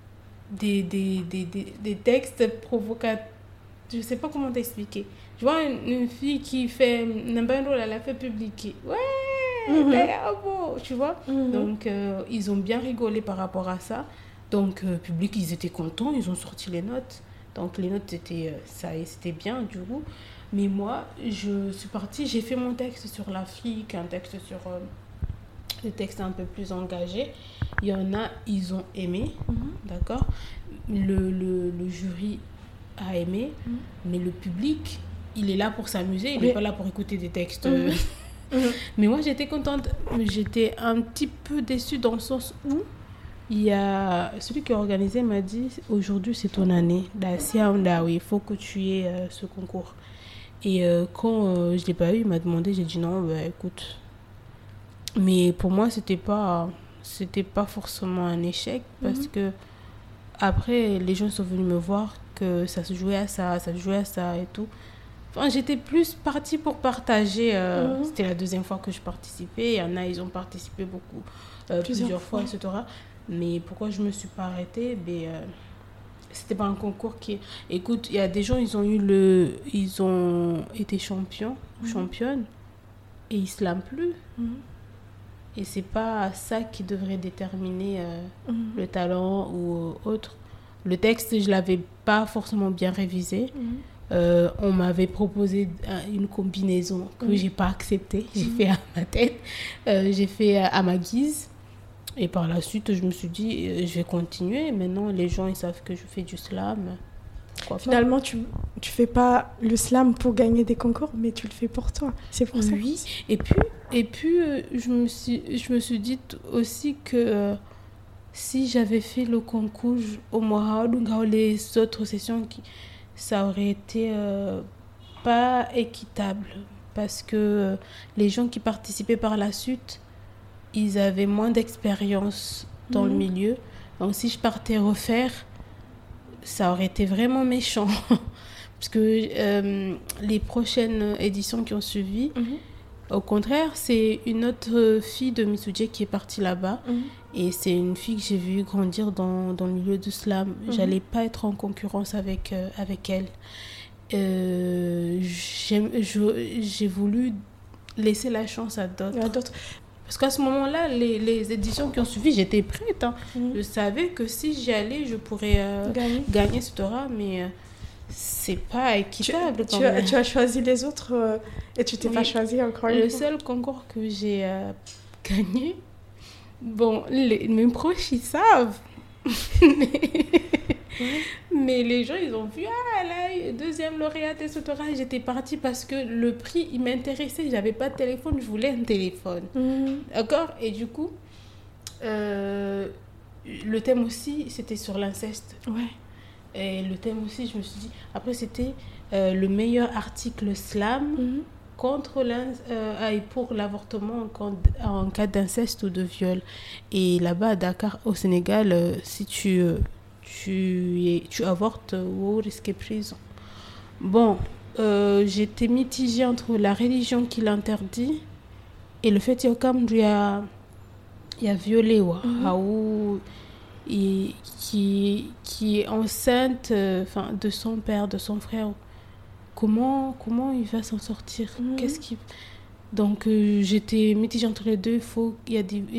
textes provocateurs. Je sais pas comment t'expliquer. Je vois une fille qui fait n'importe quoi, elle a fait publier. Ouais, tu vois. Donc ils ont bien rigolé par rapport à ça. Donc public, ils étaient contents, ils ont sorti les notes. Donc les notes c'était bien du coup. Mais moi, je suis partie, j'ai fait mon texte sur l'Afrique, un texte sur des textes un peu plus engagés. Il y en a, ils ont aimé, d'accord. Le jury a aimé, mais le public, il est là pour s'amuser, il n'est pas là pour écouter des textes. Mais moi, j'étais contente. J'étais un petit peu déçue dans le sens où il y a celui qui a organisé m'a dit aujourd'hui c'est ton année. Il faut que tu aies ce concours. Et quand je l'ai pas eu, il m'a demandé, j'ai dit non, écoute. Mais pour moi, c'était pas forcément un échec parce que après les gens sont venus me voir que ça se jouait à ça et tout. Enfin, j'étais plus partie pour partager. C'était la deuxième fois que je participais. Il y en a, ils ont participé beaucoup, plusieurs fois, etc. Mais pourquoi je me suis pas arrêtée? C'était pas un concours qui... Écoute, il y a des gens, ils ont été championnes, et ils slament plus. Et c'est pas ça qui devrait déterminer le talent ou autre. Le texte, je l'avais pas forcément bien révisé. On m'avait proposé une combinaison que j'ai pas acceptée. J'ai fait à ma tête, j'ai fait à ma guise. Et par la suite, je me suis dit, je vais continuer. Maintenant, les gens, ils savent que je fais du slam. Finalement, tu fais pas le slam pour gagner des concours, mais tu le fais pour toi. C'est pour ça. Oui. Et puis je me suis dit aussi que si j'avais fait le concours au Moha ou les autres sessions, ça aurait été pas équitable. Parce que les gens qui participaient par la suite, ils avaient moins d'expérience dans le milieu. Donc, si je partais refaire, ça aurait été vraiment méchant. Parce que les prochaines éditions qui ont suivi, au contraire, c'est une autre fille de Mitsuje qui est partie là-bas. Et c'est une fille que j'ai vue grandir dans le milieu du slam. J'allais pas être en concurrence avec elle. J'ai voulu laisser la chance à d'autres. Parce qu'à ce moment-là, les éditions qui ont suivi, j'étais prête. Je savais que si j'y allais, je pourrais gagner ce Torah, mais c'est pas équitable. Tu as choisi les autres et tu t'es pas choisi encore une fois. Le seul concours que j'ai gagné, mes proches, ils savent. Mais les gens, ils ont vu, là, deuxième lauréate et ce Torah. J'étais partie parce que le prix, il m'intéressait. J'avais pas de téléphone, je voulais un téléphone. D'accord. Et du coup, le thème aussi, c'était sur l'inceste. Et le thème aussi, je me suis dit... Après, c'était le meilleur article slam pour l'avortement en cas d'inceste ou de viol. Et là-bas, à Dakar, au Sénégal, si tu avortes ou risques prison. J'étais mitigée entre la religion qui l'interdit et le fait qu'il y a violé qui est enceinte de son père, de son frère. Comment il va s'en sortir? Donc j'étais mitigée entre les deux. Il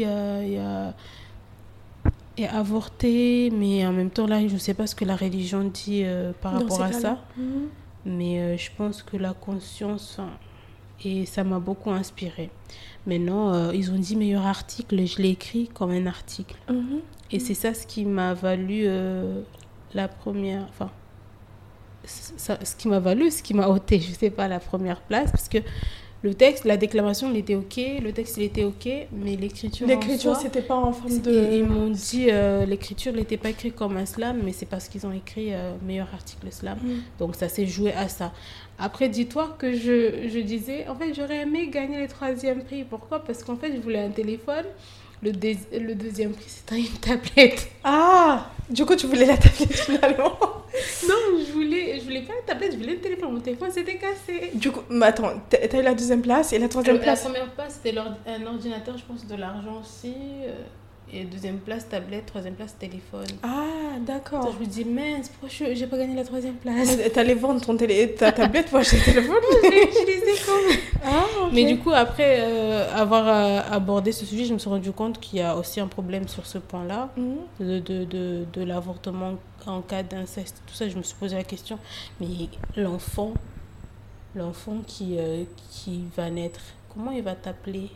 y a avorté, mais en même temps là je ne sais pas ce que la religion dit par rapport à ça. Mais je pense que la conscience, et ça m'a beaucoup inspirée. Maintenant ils ont dit meilleur article, je l'ai écrit comme un article. Et c'est ça ce qui m'a valu la première, ce qui m'a ôté, je sais pas, la première place, parce que le texte, la déclamation, il était ok, le texte, il était ok, mais l'écriture en soi, c'était pas en forme de... Ils m'ont dit l'écriture n'était pas écrite comme un slam, mais c'est parce qu'ils ont écrit meilleur article slam. Donc ça s'est joué à ça. Après, dis-toi que je disais, en fait, j'aurais aimé gagner le 3e prix. Pourquoi ? Parce qu'en fait, je voulais un téléphone. Le 2e prix, c'était une tablette. Ah, du coup, tu voulais la tablette finalement. Non, je voulais pas la tablette, je voulais le téléphone. Mon téléphone s'était cassé. Du coup, mais attends, t'as eu la 2e place et la 3e place? La première place, c'était un ordinateur, je pense, de l'argent aussi. Et 2e place, tablette, 3e place, téléphone. Ah, d'accord. Donc, je me dis, mince, pourquoi j'ai pas gagné la 3e place? T'allais vendre ta tablette pour acheter le téléphone? Je l'ai utilisé quand même. Ah, ok. Mais du coup, après avoir abordé ce sujet, je me suis rendu compte qu'il y a aussi un problème sur ce point-là, de l'avortement en cas d'inceste. Tout ça, je me suis posé la question. Mais l'enfant qui va naître, comment il va t'appeler?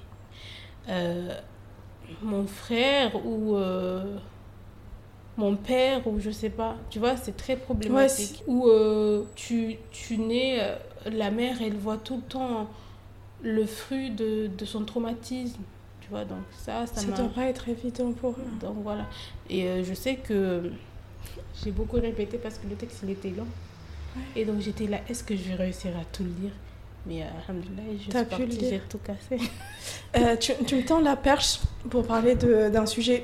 Mon frère ou mon père ou je sais pas, tu vois, c'est très problématique. Ou tu nais, la mère, elle voit tout le temps le fruit de son traumatisme, tu vois, donc ça doit pas être évident pour eux. Donc voilà, et je sais que j'ai beaucoup répété parce que le texte il était long, et donc j'étais là, est-ce que je vais réussir à tout le lire? Mais alhamdoulilah, je suis partie, j'ai tout cassé. Tu me tends la perche pour parler d'un sujet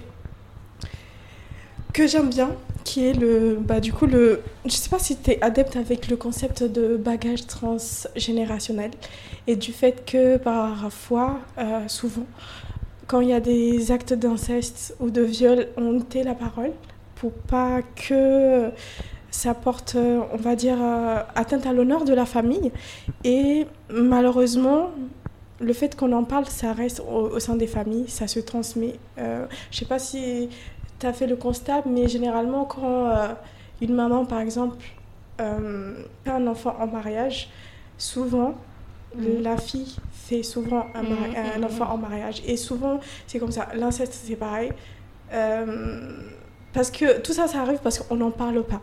que j'aime bien, qui est je sais pas si tu es adepte avec le concept de bagage transgénérationnel et du fait que parfois, souvent, quand il y a des actes d'inceste ou de viol, on tait la parole pour pas que ça porte, on va dire, atteinte à l'honneur de la famille. Et malheureusement, le fait qu'on en parle, ça reste au sein des familles, ça se transmet. Je sais pas si tu as fait le constat, mais généralement, quand une maman, par exemple, fait un enfant en mariage, souvent, la fille fait souvent un enfant en mariage. Et souvent, c'est comme ça. L'inceste, c'est pareil. Parce que tout ça arrive parce qu'on n'en parle pas.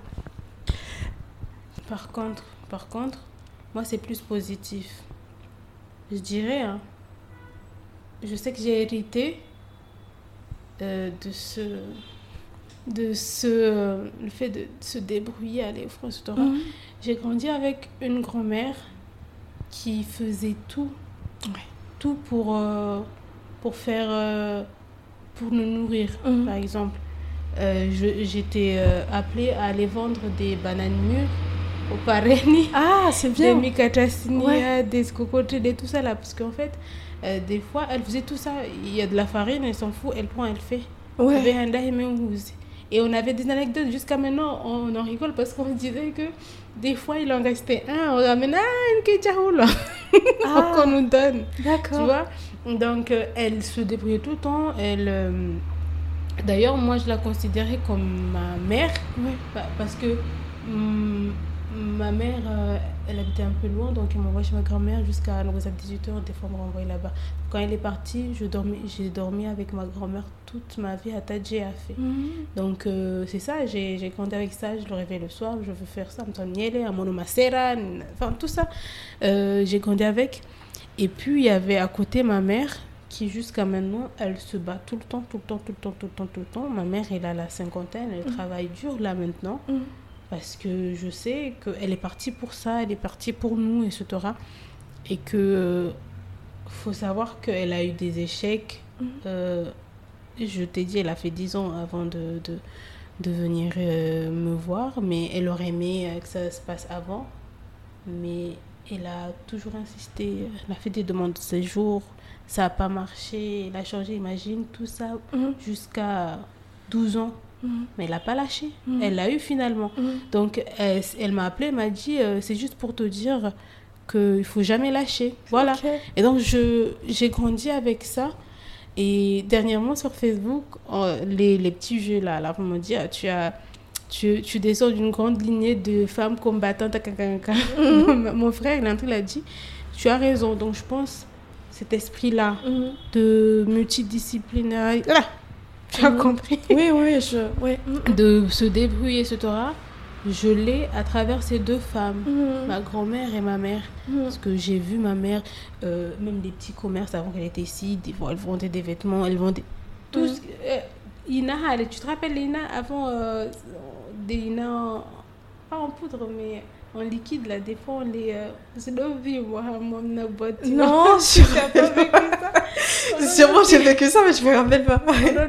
Par contre, moi, c'est plus positif. Je dirais, je sais que j'ai hérité le fait de se débrouiller, aller au front, etc. J'ai grandi avec une grand-mère qui faisait tout pour nous nourrir, par exemple. J'étais appelée à aller vendre des bananes mûres au Pareni. Ah, c'est bien. Des micatassinia, des cocotiers, et tout ça là. Parce qu'en fait, des fois, elle faisait tout ça. Il y a de la farine, elle s'en fout, elle prend, elle fait. Et on avait des anecdotes. Jusqu'à maintenant, on en rigole parce qu'on disait que des fois, il en restait un. On ramène une kétchaoula. Qu'on nous donne. D'accord. Tu vois? Donc, elle se débrouillait tout le temps. D'ailleurs, moi, je la considérais comme ma mère. Parce que ma mère, elle habitait un peu loin, donc elle m'envoyait chez ma grand-mère jusqu'à 18h. Des fois, elle me renvoyait là-bas. Quand elle est partie, j'ai dormi avec ma grand-mère toute ma vie à Tadjé à fait. Donc, c'est ça, j'ai grandi avec ça. Je le réveille le soir, je veux faire ça, enfin tout ça. J'ai grandi avec. Et puis, il y avait à côté ma mère qui, jusqu'à maintenant, elle se bat tout le temps. Ma mère, elle a la cinquantaine, elle travaille dur là maintenant. Parce que je sais qu'elle est partie pour ça, elle est partie pour nous, etc. Et que faut savoir qu'elle a eu des échecs. Je t'ai dit, elle a fait 10 ans avant de venir me voir, mais elle aurait aimé que ça se passe avant. Mais elle a toujours insisté, elle a fait des demandes de séjour, ça n'a pas marché, elle a changé, imagine, tout ça jusqu'à 12 ans. Mais elle n'a pas lâché. Elle l'a eu finalement. Donc, elle m'a appelée, elle m'a dit, c'est juste pour te dire qu'il ne faut jamais lâcher. Voilà. Okay. Et donc, j'ai grandi avec ça. Et dernièrement, sur Facebook, les petits jeux là on me dit, tu descends d'une grande lignée de femmes combattantes. Mon frère, il a dit, tu as raison. Donc, je pense, cet esprit-là de multidisciplinaire... Tu as compris? Oui. De se débrouiller, etc. je l'ai à travers ces deux femmes, ma grand-mère et ma mère. Parce que j'ai vu ma mère, même des petits commerces avant qu'elle était ici, des fois elle vendait des vêtements, elle vendait tout. Ina, tu te rappelles Ina avant des Ina, pas en poudre mais en liquide là, des fois on les. C'est nos vies, moi, mon boîte. Non, t'as pas vécu ça. Sûrement j'ai vécu ça, mais je me rappelle pas.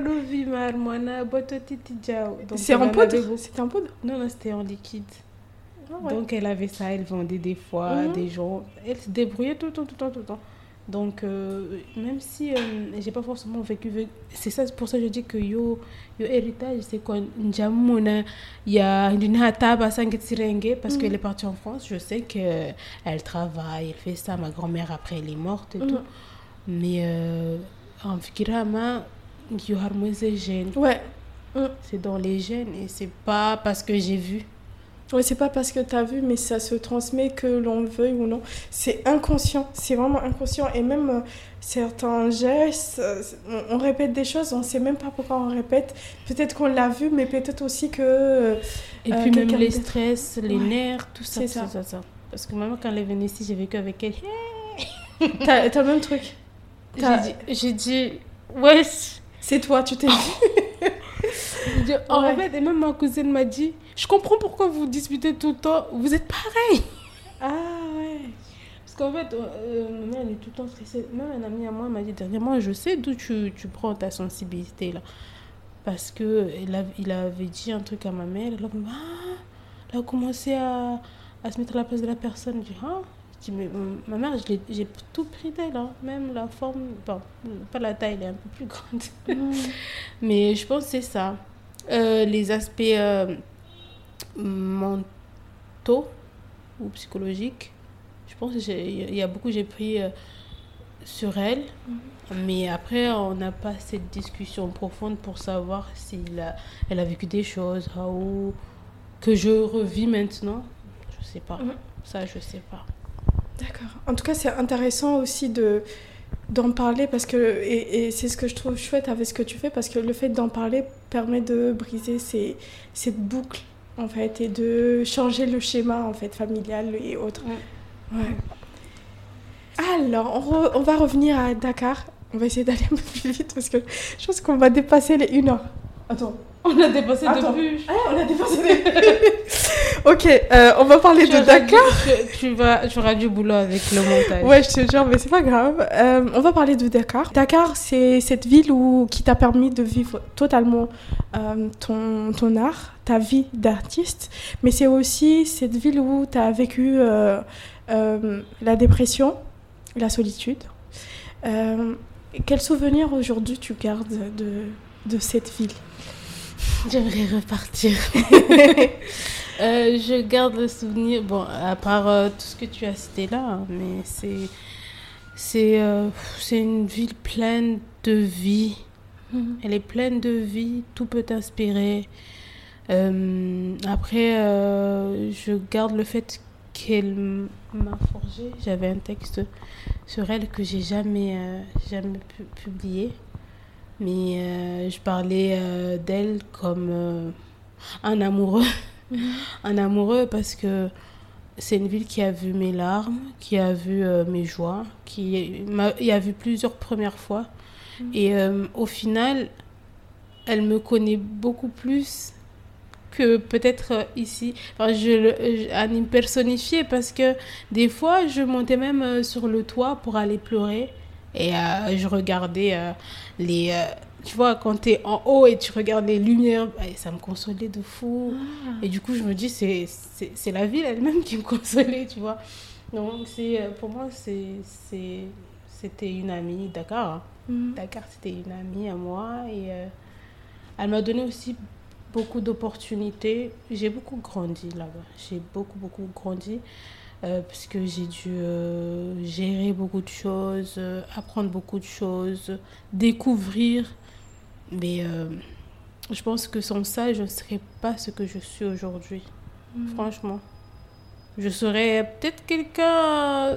C'est en poudre? C'était en poudre? Non, c'était en liquide. Ah ouais. Donc elle avait ça, elle vendait des fois des gens. Elle se débrouillait tout le temps. Donc même si j'ai pas forcément vécu, c'est ça, c'est pour ça que je dis que yo héritage, c'est quoi njamuna ya ndina taba sangetsirenge parce qu'elle est partie en France. Je sais que elle travaille, elle fait ça. Ma grand-mère après elle est morte et tout. Mais en Fikirama, you are des gènes. Ouais. C'est dans les gènes et c'est pas parce que j'ai vu. Ouais, c'est pas parce que t'as vu, mais ça se transmet que l'on le veuille ou non. C'est inconscient, c'est vraiment inconscient. Et même certains gestes, on répète des choses, on sait même pas pourquoi on répète. Peut-être qu'on l'a vu, mais peut-être aussi que... Et puis même les stress, les nerfs, tout ça, c'est ça. Parce que maman, quand elle est venue ici, j'ai vécu avec elle. T'as le même truc. J'ai dit, wesh. C'est toi, tu t'es dit. En fait, et même ma cousine m'a dit, je comprends pourquoi vous disputez tout le temps, vous êtes pareil. Ah ouais. Parce qu'en fait, ma mère elle est tout le temps stressée. Même un ami à moi m'a dit dernièrement, je sais d'où tu prends ta sensibilité là. Parce que il avait dit un truc à ma mère, elle a commencé à se mettre à la place de la personne. Je dis, Je dis, mais ma mère, j'ai tout pris d'elle, hein. Même la forme, bon, pas la taille, elle est un peu plus grande. Mais je pense que c'est ça. Les aspects mentaux ou psychologiques, je pense qu'il y a beaucoup j'ai pris sur elle. Mais après, on n'a pas cette discussion profonde pour savoir si elle a vécu des choses ou que je revis maintenant. Je sais pas. Ça, je sais pas. D'accord. En tout cas, c'est intéressant aussi d'en parler parce que et c'est ce que je trouve chouette avec ce que tu fais parce que le fait d'en parler permet de briser cette boucle en fait et de changer le schéma en fait familial et autres. Ouais. Alors, on va revenir à Dakar. On va essayer d'aller un peu plus vite parce que je pense qu'on va dépasser les 1 heure. Attends. On a dépassé depuis. On a dépassé Ok, on va parler de Dakar. Tu feras du boulot avec le montage. Ouais, je te jure, mais c'est pas grave. On va parler de Dakar. Dakar, c'est cette ville qui t'a permis de vivre totalement ton art, ta vie d'artiste. Mais c'est aussi cette ville où tu as vécu la dépression, la solitude. Quel souvenir aujourd'hui tu gardes de cette ville ? J'aimerais repartir. Je garde le souvenir, bon, à part tout ce que tu as cité là, hein, mais c'est une ville pleine de vie. Elle est pleine de vie, tout peut t'inspirer. Après, je garde le fait qu'elle m'a forgé. J'avais un texte sur elle que j'ai jamais publié. Mais je parlais d'elle comme un amoureux. Un amoureux parce que c'est une ville qui a vu mes larmes, qui a vu mes joies, qui a vu plusieurs premières fois. Et au final, elle me connaît beaucoup plus que peut-être ici. Enfin, je anime personnifié parce que des fois, je montais même sur le toit pour aller pleurer. Et je regardais tu vois, quand t'es en haut et tu regardes les lumières, ça me consolait de fou. Et du coup, je me dis, c'est la ville elle-même qui me consolait, tu vois. Donc, pour moi, c'était une amie, Dakar. Dakar, c'était une amie à moi. Et elle m'a donné aussi beaucoup d'opportunités. J'ai beaucoup grandi là-bas. J'ai beaucoup, beaucoup grandi. Parce que j'ai dû gérer beaucoup de choses, apprendre beaucoup de choses, découvrir. Mais je pense que sans ça, je ne serais pas ce que je suis aujourd'hui. Franchement. Je serais peut-être quelqu'un...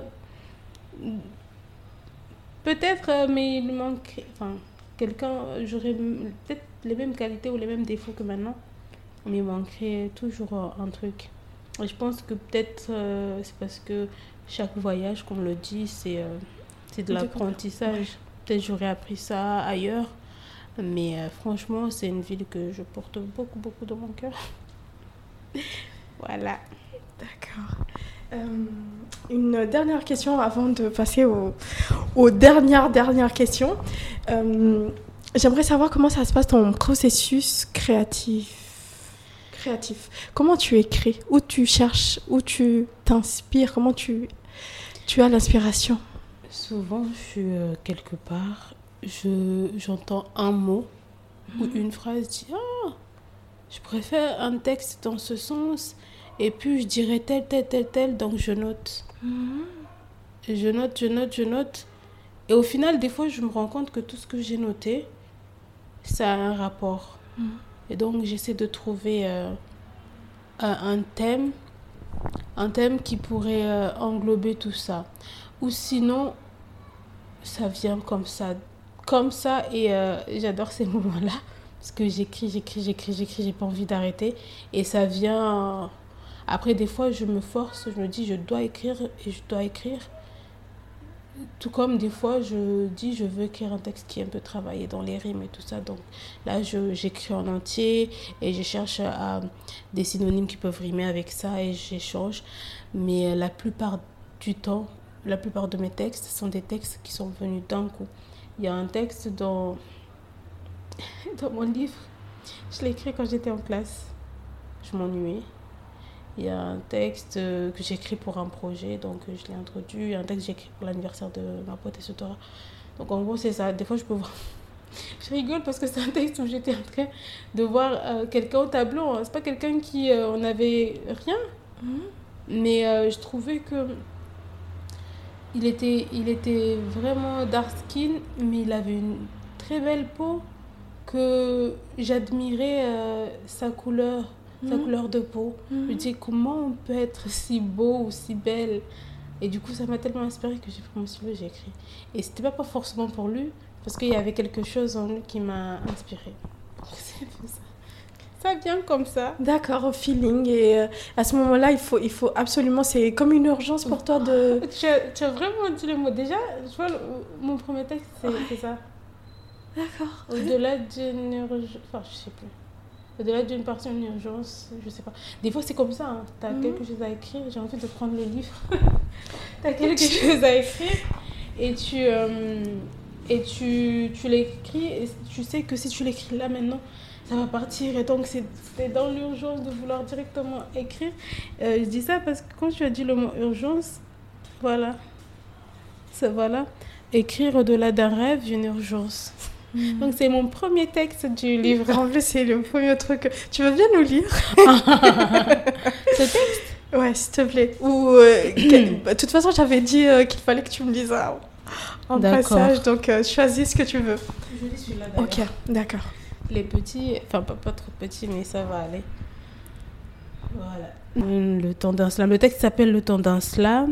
Peut-être, mais il me manque... Enfin, quelqu'un... J'aurais peut-être les mêmes qualités ou les mêmes défauts que maintenant. mais il manquerait toujours un truc. Et je pense que peut-être c'est parce que chaque voyage, comme on le dit, c'est de l'apprentissage. Peut-être j'aurais appris ça ailleurs, mais franchement, c'est une ville que je porte beaucoup, beaucoup dans mon cœur. Voilà. D'accord. Une dernière question avant de passer aux dernières questions. J'aimerais savoir comment ça se passe ton processus créatif. Comment tu écris? Où tu cherches? Où tu t'inspires? Comment tu as l'inspiration? Souvent, je suis quelque part, j'entends un mot ou une phrase, je dis « Ah, je préfère un texte dans ce sens ». Et puis, je dirais tel, donc je note. Je note. Et au final, des fois, je me rends compte que tout ce que j'ai noté, ça a un rapport. Et donc, j'essaie de trouver un thème qui pourrait englober tout ça. Ou sinon, ça vient comme ça. Et j'adore ces moments-là. Parce que j'écris, j'ai pas envie d'arrêter. Et ça vient... Après, des fois, je me force, je me dis, je dois écrire. Tout comme des fois, je dis, je veux écrire un texte qui est un peu travaillé dans les rimes et tout ça. Donc là, j'écris en entier et je cherche des synonymes qui peuvent rimer avec ça et j'échange. Mais la plupart du temps, la plupart de mes textes sont des textes qui sont venus d'un coup. Il y a un texte dans mon livre, je l'ai écrit quand j'étais en classe. Je m'ennuyais. Il y a un texte que j'ai écrit pour un projet, donc je l'ai introduit. Il y a un texte que j'ai écrit pour l'anniversaire de ma pote, etc. Donc en gros, c'est ça. Des fois, je peux voir... Je rigole parce que c'est un texte où j'étais en train de voir quelqu'un au tableau. C'est pas quelqu'un qui... on n'avait rien. Mais je trouvais que... Il était vraiment dark skin, mais il avait une très belle peau que j'admirais sa couleur de peau. Je me disais comment on peut être si beau ou si belle. Et du coup, ça m'a tellement inspirée que j'ai pris mon stylo et j'ai écrit. Et c'était pas forcément pour lui, parce qu'il y avait quelque chose en lui qui m'a inspirée. C'est ça. Ça vient comme ça. D'accord, au feeling. Et à ce moment-là, il faut absolument... C'est comme une urgence pour toi de... Tu as vraiment dit le mot. Déjà, je vois, mon premier texte, c'est ça. D'accord. Au-delà d'une urgence... Enfin, je sais plus. Au-delà d'une partie, une urgence, je sais pas. Des fois, c'est comme ça. Hein. Tu as quelque chose à écrire, j'ai envie de prendre le livre. Tu as quelque chose à écrire et tu l'écris et tu sais que si tu l'écris là maintenant, ça va partir. Et donc, c'est dans l'urgence de vouloir directement écrire. Je dis ça parce que quand tu as dit le mot urgence, voilà. Écrire au-delà d'un rêve, une urgence. Donc, c'est mon premier texte du livre. En plus, c'est le premier truc. Tu veux bien nous lire ce texte? Ouais, s'il te plaît. Ou, de toute façon, j'avais dit qu'il fallait que tu me lises en passage. Donc, choisis ce que tu veux. Je lis celui-là d'ailleurs. Ok, d'accord. Les petits, enfin pas trop petits, mais ça va aller. Voilà. Le temps d'un slam. Le texte s'appelle Le temps d'un slam.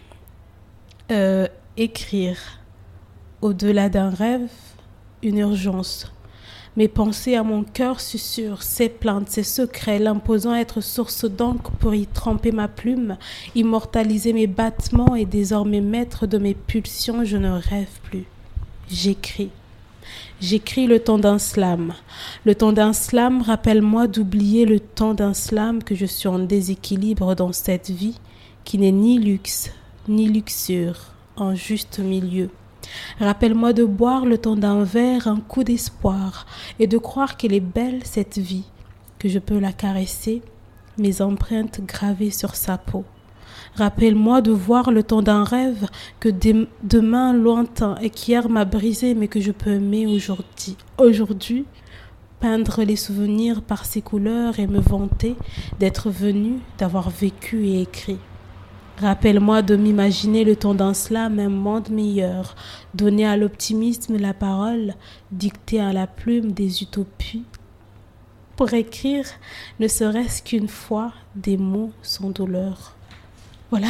Écrire. Au-delà d'un rêve, une urgence. Mes pensées à mon cœur susurrent ses plaintes, ses secrets, l'imposant être source d'encre pour y tremper ma plume, immortaliser mes battements et désormais maître de mes pulsions, je ne rêve plus. J'écris. J'écris le temps d'un slam. Le temps d'un slam, rappelle-moi d'oublier le temps d'un slam que je suis en déséquilibre dans cette vie qui n'est ni luxe, ni luxure, en juste milieu. Rappelle-moi de boire le temps d'un verre un coup d'espoir et de croire qu'elle est belle cette vie, que je peux la caresser, mes empreintes gravées sur sa peau. Rappelle-moi de voir le temps d'un rêve que demain lointain et qu'hier m'a brisé mais que je peux aimer aujourd'hui, peindre les souvenirs par ses couleurs et me vanter d'être venu, d'avoir vécu et écrit. Rappelle-moi de m'imaginer le temps d'un slam, un monde meilleur, donner à l'optimisme la parole, dicter à la plume des utopies. Pour écrire, ne serait-ce qu'une fois, des mots sans douleur. Voilà.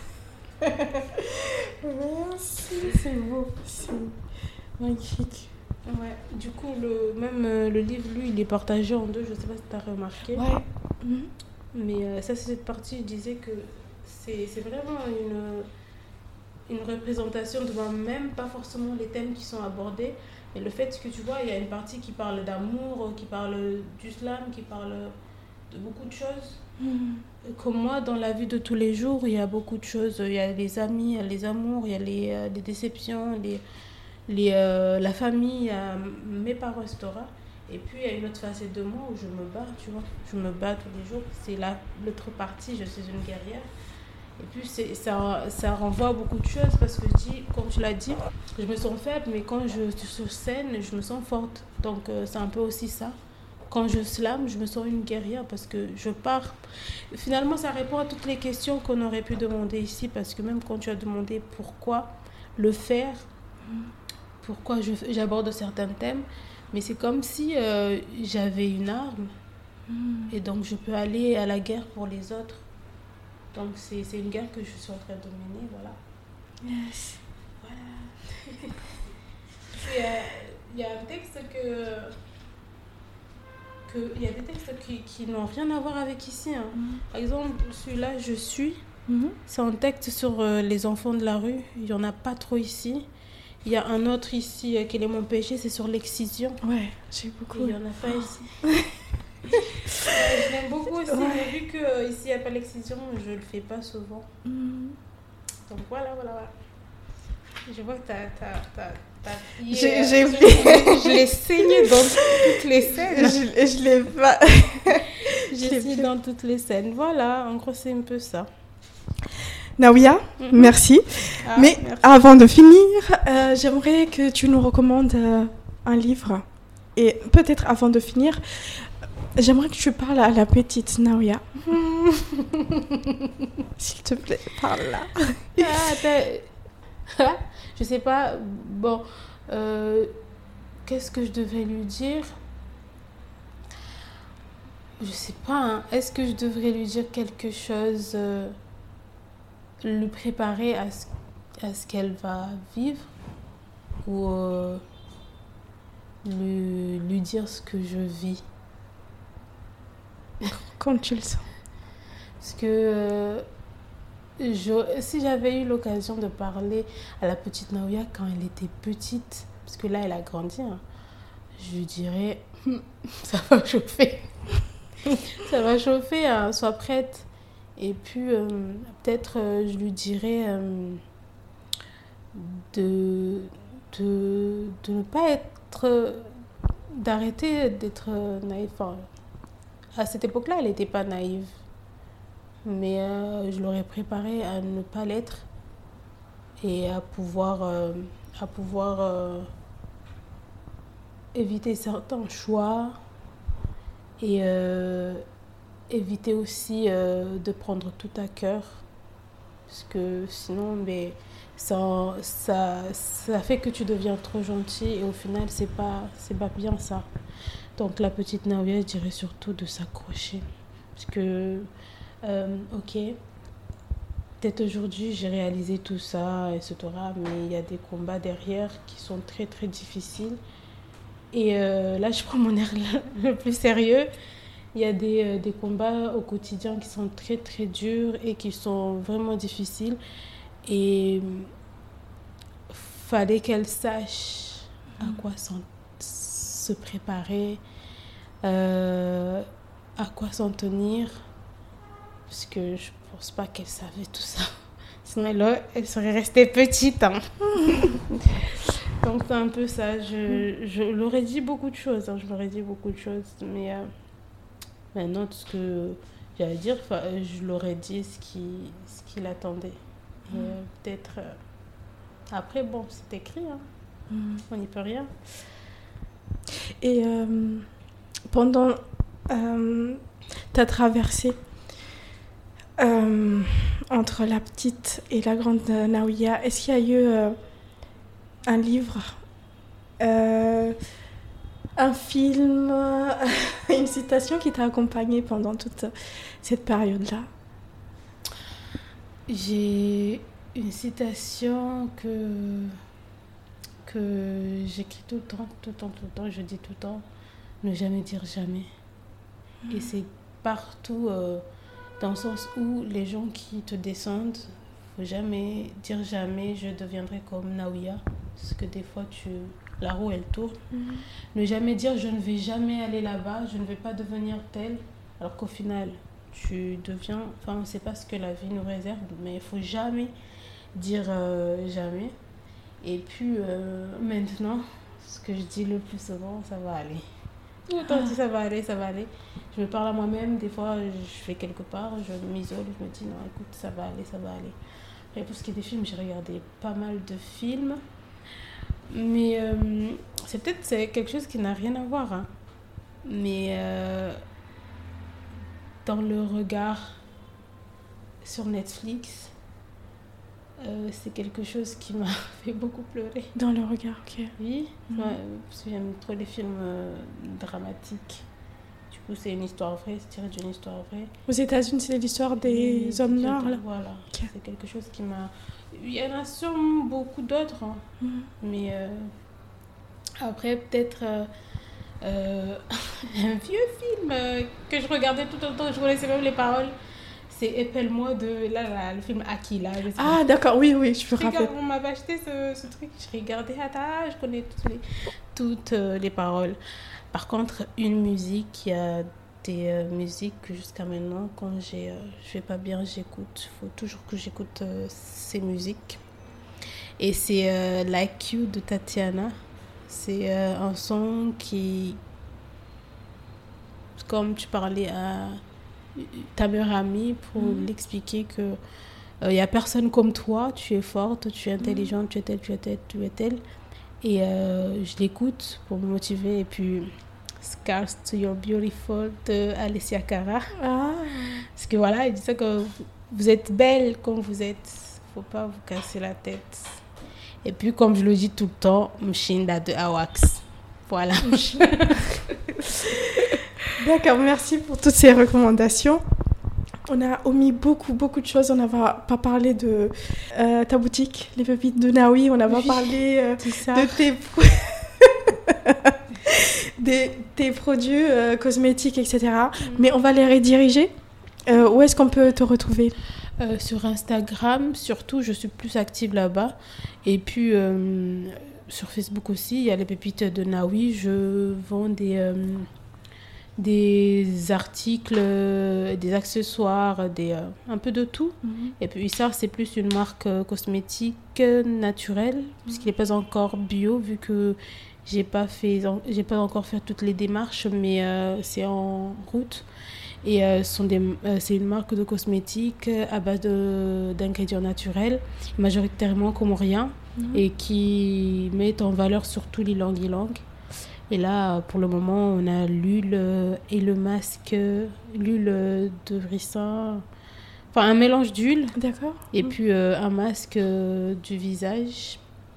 Merci, c'est beau, c'est magnifique. Ouais, du coup, le livre, lui, il est partagé en deux, je sais pas si tu as remarqué. Ouais. Mhm. Mais ça, c'est cette partie, je disais que c'est vraiment une représentation de moi-même, pas forcément les thèmes qui sont abordés, mais le fait que tu vois, il y a une partie qui parle d'amour, qui parle d'islam, qui parle de beaucoup de choses. Mhm. Comme moi, dans la vie de tous les jours, il y a beaucoup de choses. Il y a les amis, il y a les amours, il y a les déceptions, la famille, il y a mes parents, etc. Et puis, il y a une autre facette de moi où je me bats, tu vois. Je me bats tous les jours. C'est l'autre partie, je suis une guerrière. Et puis, ça renvoie à beaucoup de choses parce que je dis, comme tu l'as dit, je me sens faible, mais quand je suis sur scène, je me sens forte. Donc, c'est un peu aussi ça. Quand je slame, je me sens une guerrière parce que je pars. Finalement, ça répond à toutes les questions qu'on aurait pu demander ici parce que même quand tu as demandé pourquoi le faire, pourquoi j'aborde certains thèmes, mais c'est comme si j'avais une arme et donc je peux aller à la guerre pour les autres. Donc c'est une guerre que je suis en train de mener, voilà. Yes. Voilà. Il y a un texte il y a des textes qui n'ont rien à voir avec ici. Hein. Par exemple, celui-là, Je suis, c'est un texte sur les enfants de la rue. Il n'y en a pas trop ici. Il y a un autre ici, Quel est mon péché, c'est sur l'excision. Ouais, j'ai beaucoup. Il n'y en a pas ici. Je l'aime beaucoup aussi, mais vu qu'ici il n'y a pas l'excision, je ne le fais pas souvent. Donc voilà. Je vois que t'as j'ai oublié. Je l'ai saigné dans toutes les scènes. Je l'ai pas. J'ai saigné dans toutes les scènes. Voilà, en gros, c'est un peu ça. Naouya, merci. Mais merci. avant de finir, j'aimerais que tu nous recommandes un livre. Et peut-être avant de finir, j'aimerais que tu parles à la petite Naouya. S'il te plaît, parle là. Je sais pas. Bon, qu'est-ce que je devrais lui dire? Je sais pas. Hein. Est-ce que je devrais lui dire quelque chose, lui préparer à ce qu'elle va vivre, ou lui dire ce que je vis? Comme tu le sens. Parce que si j'avais eu l'occasion de parler à la petite Naouya quand elle était petite, parce que là elle a grandi, hein, je lui dirais ça va chauffer. Ça va chauffer, hein, sois prête. Et puis peut-être je lui dirais de ne pas être, d'arrêter d'être naïve. Enfin, à cette époque-là, elle n'était pas naïve. Mais je l'aurais préparée à ne pas l'être et à pouvoir éviter certains choix et éviter aussi de prendre tout à cœur. Parce que sinon, ça fait que tu deviens trop gentil et au final, c'est pas bien ça. Donc la petite Naouya, je dirais surtout de s'accrocher. Parce que, ok, peut-être aujourd'hui j'ai réalisé tout ça, etc. Mais il y a des combats derrière qui sont très très difficiles. Et là, je prends mon air le plus sérieux. Il y a des combats au quotidien qui sont très très durs et qui sont vraiment difficiles. Et fallait qu'elle sache à quoi se préparer, à quoi s'en tenir. Parce que je pense pas qu'elle savait tout ça. Sinon, elle serait restée petite. Hein. Donc, c'est un peu ça. Je leur ai dit beaucoup de choses. Hein. Je leur ai dit beaucoup de choses. Mais maintenant, tout ce que j'allais dire, je leur ai dit ce qui l'attendait. Peut-être... Après, bon, c'est écrit. Hein. On n'y peut rien. Et pendant ta traversée entre la petite et la grande Naouya, est-ce qu'il y a eu un livre, un film, une citation qui t'a accompagnée pendant toute cette période-là? J'ai une citation que que j'écris tout le temps, je dis tout le temps, ne jamais dire jamais. Et c'est partout, dans le sens où les gens qui te descendent, faut jamais dire jamais, je deviendrai comme Naouya, parce que des fois, la roue, elle tourne. Ne jamais dire, je ne vais jamais aller là-bas, je ne vais pas devenir tel, alors qu'au final, tu deviens, enfin, on ne sait pas ce que la vie nous réserve, mais il faut jamais dire jamais. Et puis maintenant, ce que je dis le plus souvent, ça va aller. Tout le temps, ça va aller, ça va aller. Je me parle à moi-même, des fois je vais quelque part, je m'isole, je me dis non, écoute, ça va aller, ça va aller. Et pour ce qui est des films, j'ai regardé pas mal de films, mais c'est quelque chose qui n'a rien à voir, hein. Mais dans le regard sur Netflix, c'est quelque chose qui m'a fait beaucoup pleurer. Dans le regard, ok. Oui, parce que j'aime trop les films dramatiques. Du coup, c'est une histoire vraie, c'est tiré d'une histoire vraie. Aux États-Unis, c'est l'histoire des hommes noirs, là. Voilà, okay. C'est quelque chose qui m'a... Il y en a sûrement beaucoup d'autres, hein. Mais après, peut-être un vieux film que je regardais tout le temps, je connaissais même les paroles. C'est Épelle-moi de le film Aquila. Ah, d'accord, oui, je me rappelle. On m'avait acheté ce truc, je regardais, je connais toutes les paroles. Par contre, une musique, il y a des musiques que jusqu'à maintenant, quand je vais pas bien, j'écoute. Il faut toujours que j'écoute ces musiques. Et c'est Like You de Tatiana. C'est un son qui, comme tu parlais à ta meilleure amie, pour l'expliquer que il y a personne comme toi, tu es forte, tu es intelligente, tu es telle. Et je l'écoute pour me motiver. Et puis Scars to Your Beautiful de Alessia Cara. Parce que voilà, il dit ça que vous êtes belle comme vous êtes, faut pas vous casser la tête. Et puis comme je le dis tout le temps, Mshinda de Awax. Voilà. D'accord, merci pour toutes ces recommandations. On a omis beaucoup de choses. On n'a pas parlé de ta boutique, les pépites de Naoui. On n'a pas parlé de tes produits cosmétiques, etc. Mais on va les rediriger. Où est-ce qu'on peut te retrouver ? Sur Instagram, surtout, je suis plus active là-bas. Et puis, sur Facebook aussi, il y a les pépites de Naoui. Je vends des articles, des accessoires, un peu de tout. Et puis ça, c'est plus une marque cosmétique naturelle, puisqu'il n'est pas encore bio, vu que j'ai pas encore fait toutes les démarches, mais c'est en route. Et c'est une marque de cosmétiques à base d'ingrédients naturels, majoritairement comoriens, et qui mettent en valeur surtout l'ilang-ilang. Et là, pour le moment, on a l'huile et le masque, l'huile de ricin, enfin un mélange d'huile. D'accord. Et puis un masque du visage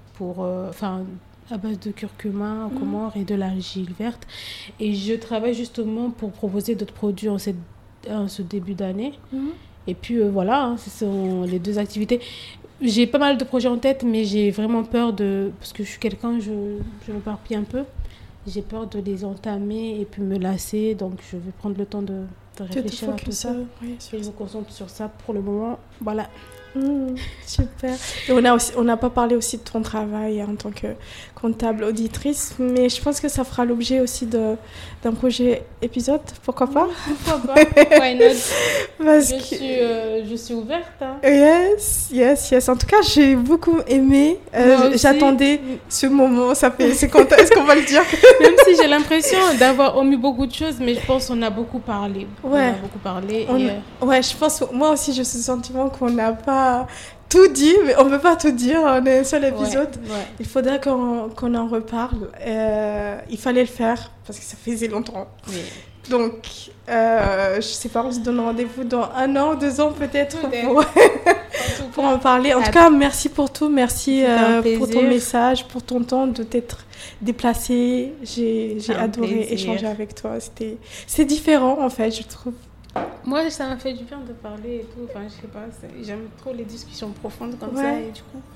à base de curcuma, comore et de l'argile verte. Et je travaille justement pour proposer d'autres produits en ce début d'année. Et puis voilà, ce sont les deux activités. J'ai pas mal de projets en tête, mais j'ai vraiment peur parce que je suis quelqu'un, je m'éparpille un peu. J'ai peur de les entamer et puis me lasser, donc je vais prendre le temps de réfléchir à tout ça. Oui, je me concentre sur ça pour le moment. Voilà. Super. Et on n'a pas parlé aussi de ton travail en tant que comptable auditrice, mais je pense que ça fera l'objet aussi d'un projet épisode. Pourquoi pas ? Pourquoi pas ? Why not ? Je suis ouverte. Hein. Yes. En tout cas, j'ai beaucoup aimé. J'attendais ce moment. C'est quand est-ce qu'on va le dire ? Même si j'ai l'impression d'avoir omis beaucoup de choses, mais je pense qu'on a beaucoup parlé. Ouais. Je pense, moi aussi, j'ai ce sentiment qu'on n'a pas tout dit, mais on ne peut pas tout dire en un seul épisode. Ouais. Il faudrait qu'on en reparle. Il fallait le faire parce que ça faisait longtemps. Oui. Donc, je ne sais pas, on se donne rendez-vous dans 1 an, 2 ans peut-être pour en parler. En tout cas, merci pour tout. Merci pour ton message, pour ton temps de t'être déplacé. J'ai adoré échanger avec toi. C'est différent en fait, je trouve. Moi, ça m'a fait du bien de parler et tout. Enfin, je sais pas, j'aime trop les discussions profondes comme ça et du coup,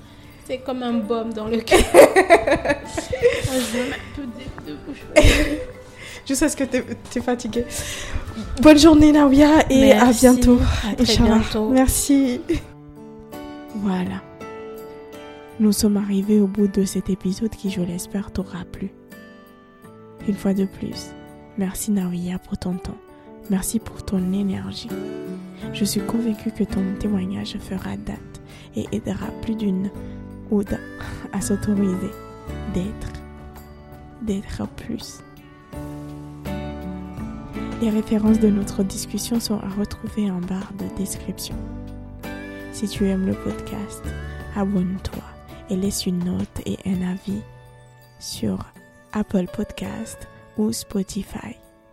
C'est comme un baume dans le cœur. Je me mets un peu de bouche. Je sais que tu es fatiguée. Bonne journée, Nawia, et merci, à bientôt. À très bientôt. Merci. Voilà. Nous sommes arrivés au bout de cet épisode qui, je l'espère, t'aura plu. Une fois de plus, merci Nawia pour ton temps. Merci pour ton énergie. Je suis convaincue que ton témoignage fera date et aidera plus d'une ou d'un à s'autoriser d'être plus. Les références de notre discussion sont à retrouver en barre de description. Si tu aimes le podcast, abonne-toi et laisse une note et un avis sur Apple Podcast ou Spotify.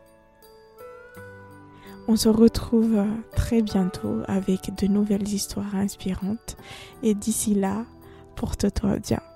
On se retrouve très bientôt avec de nouvelles histoires inspirantes et d'ici là, porte-toi bien.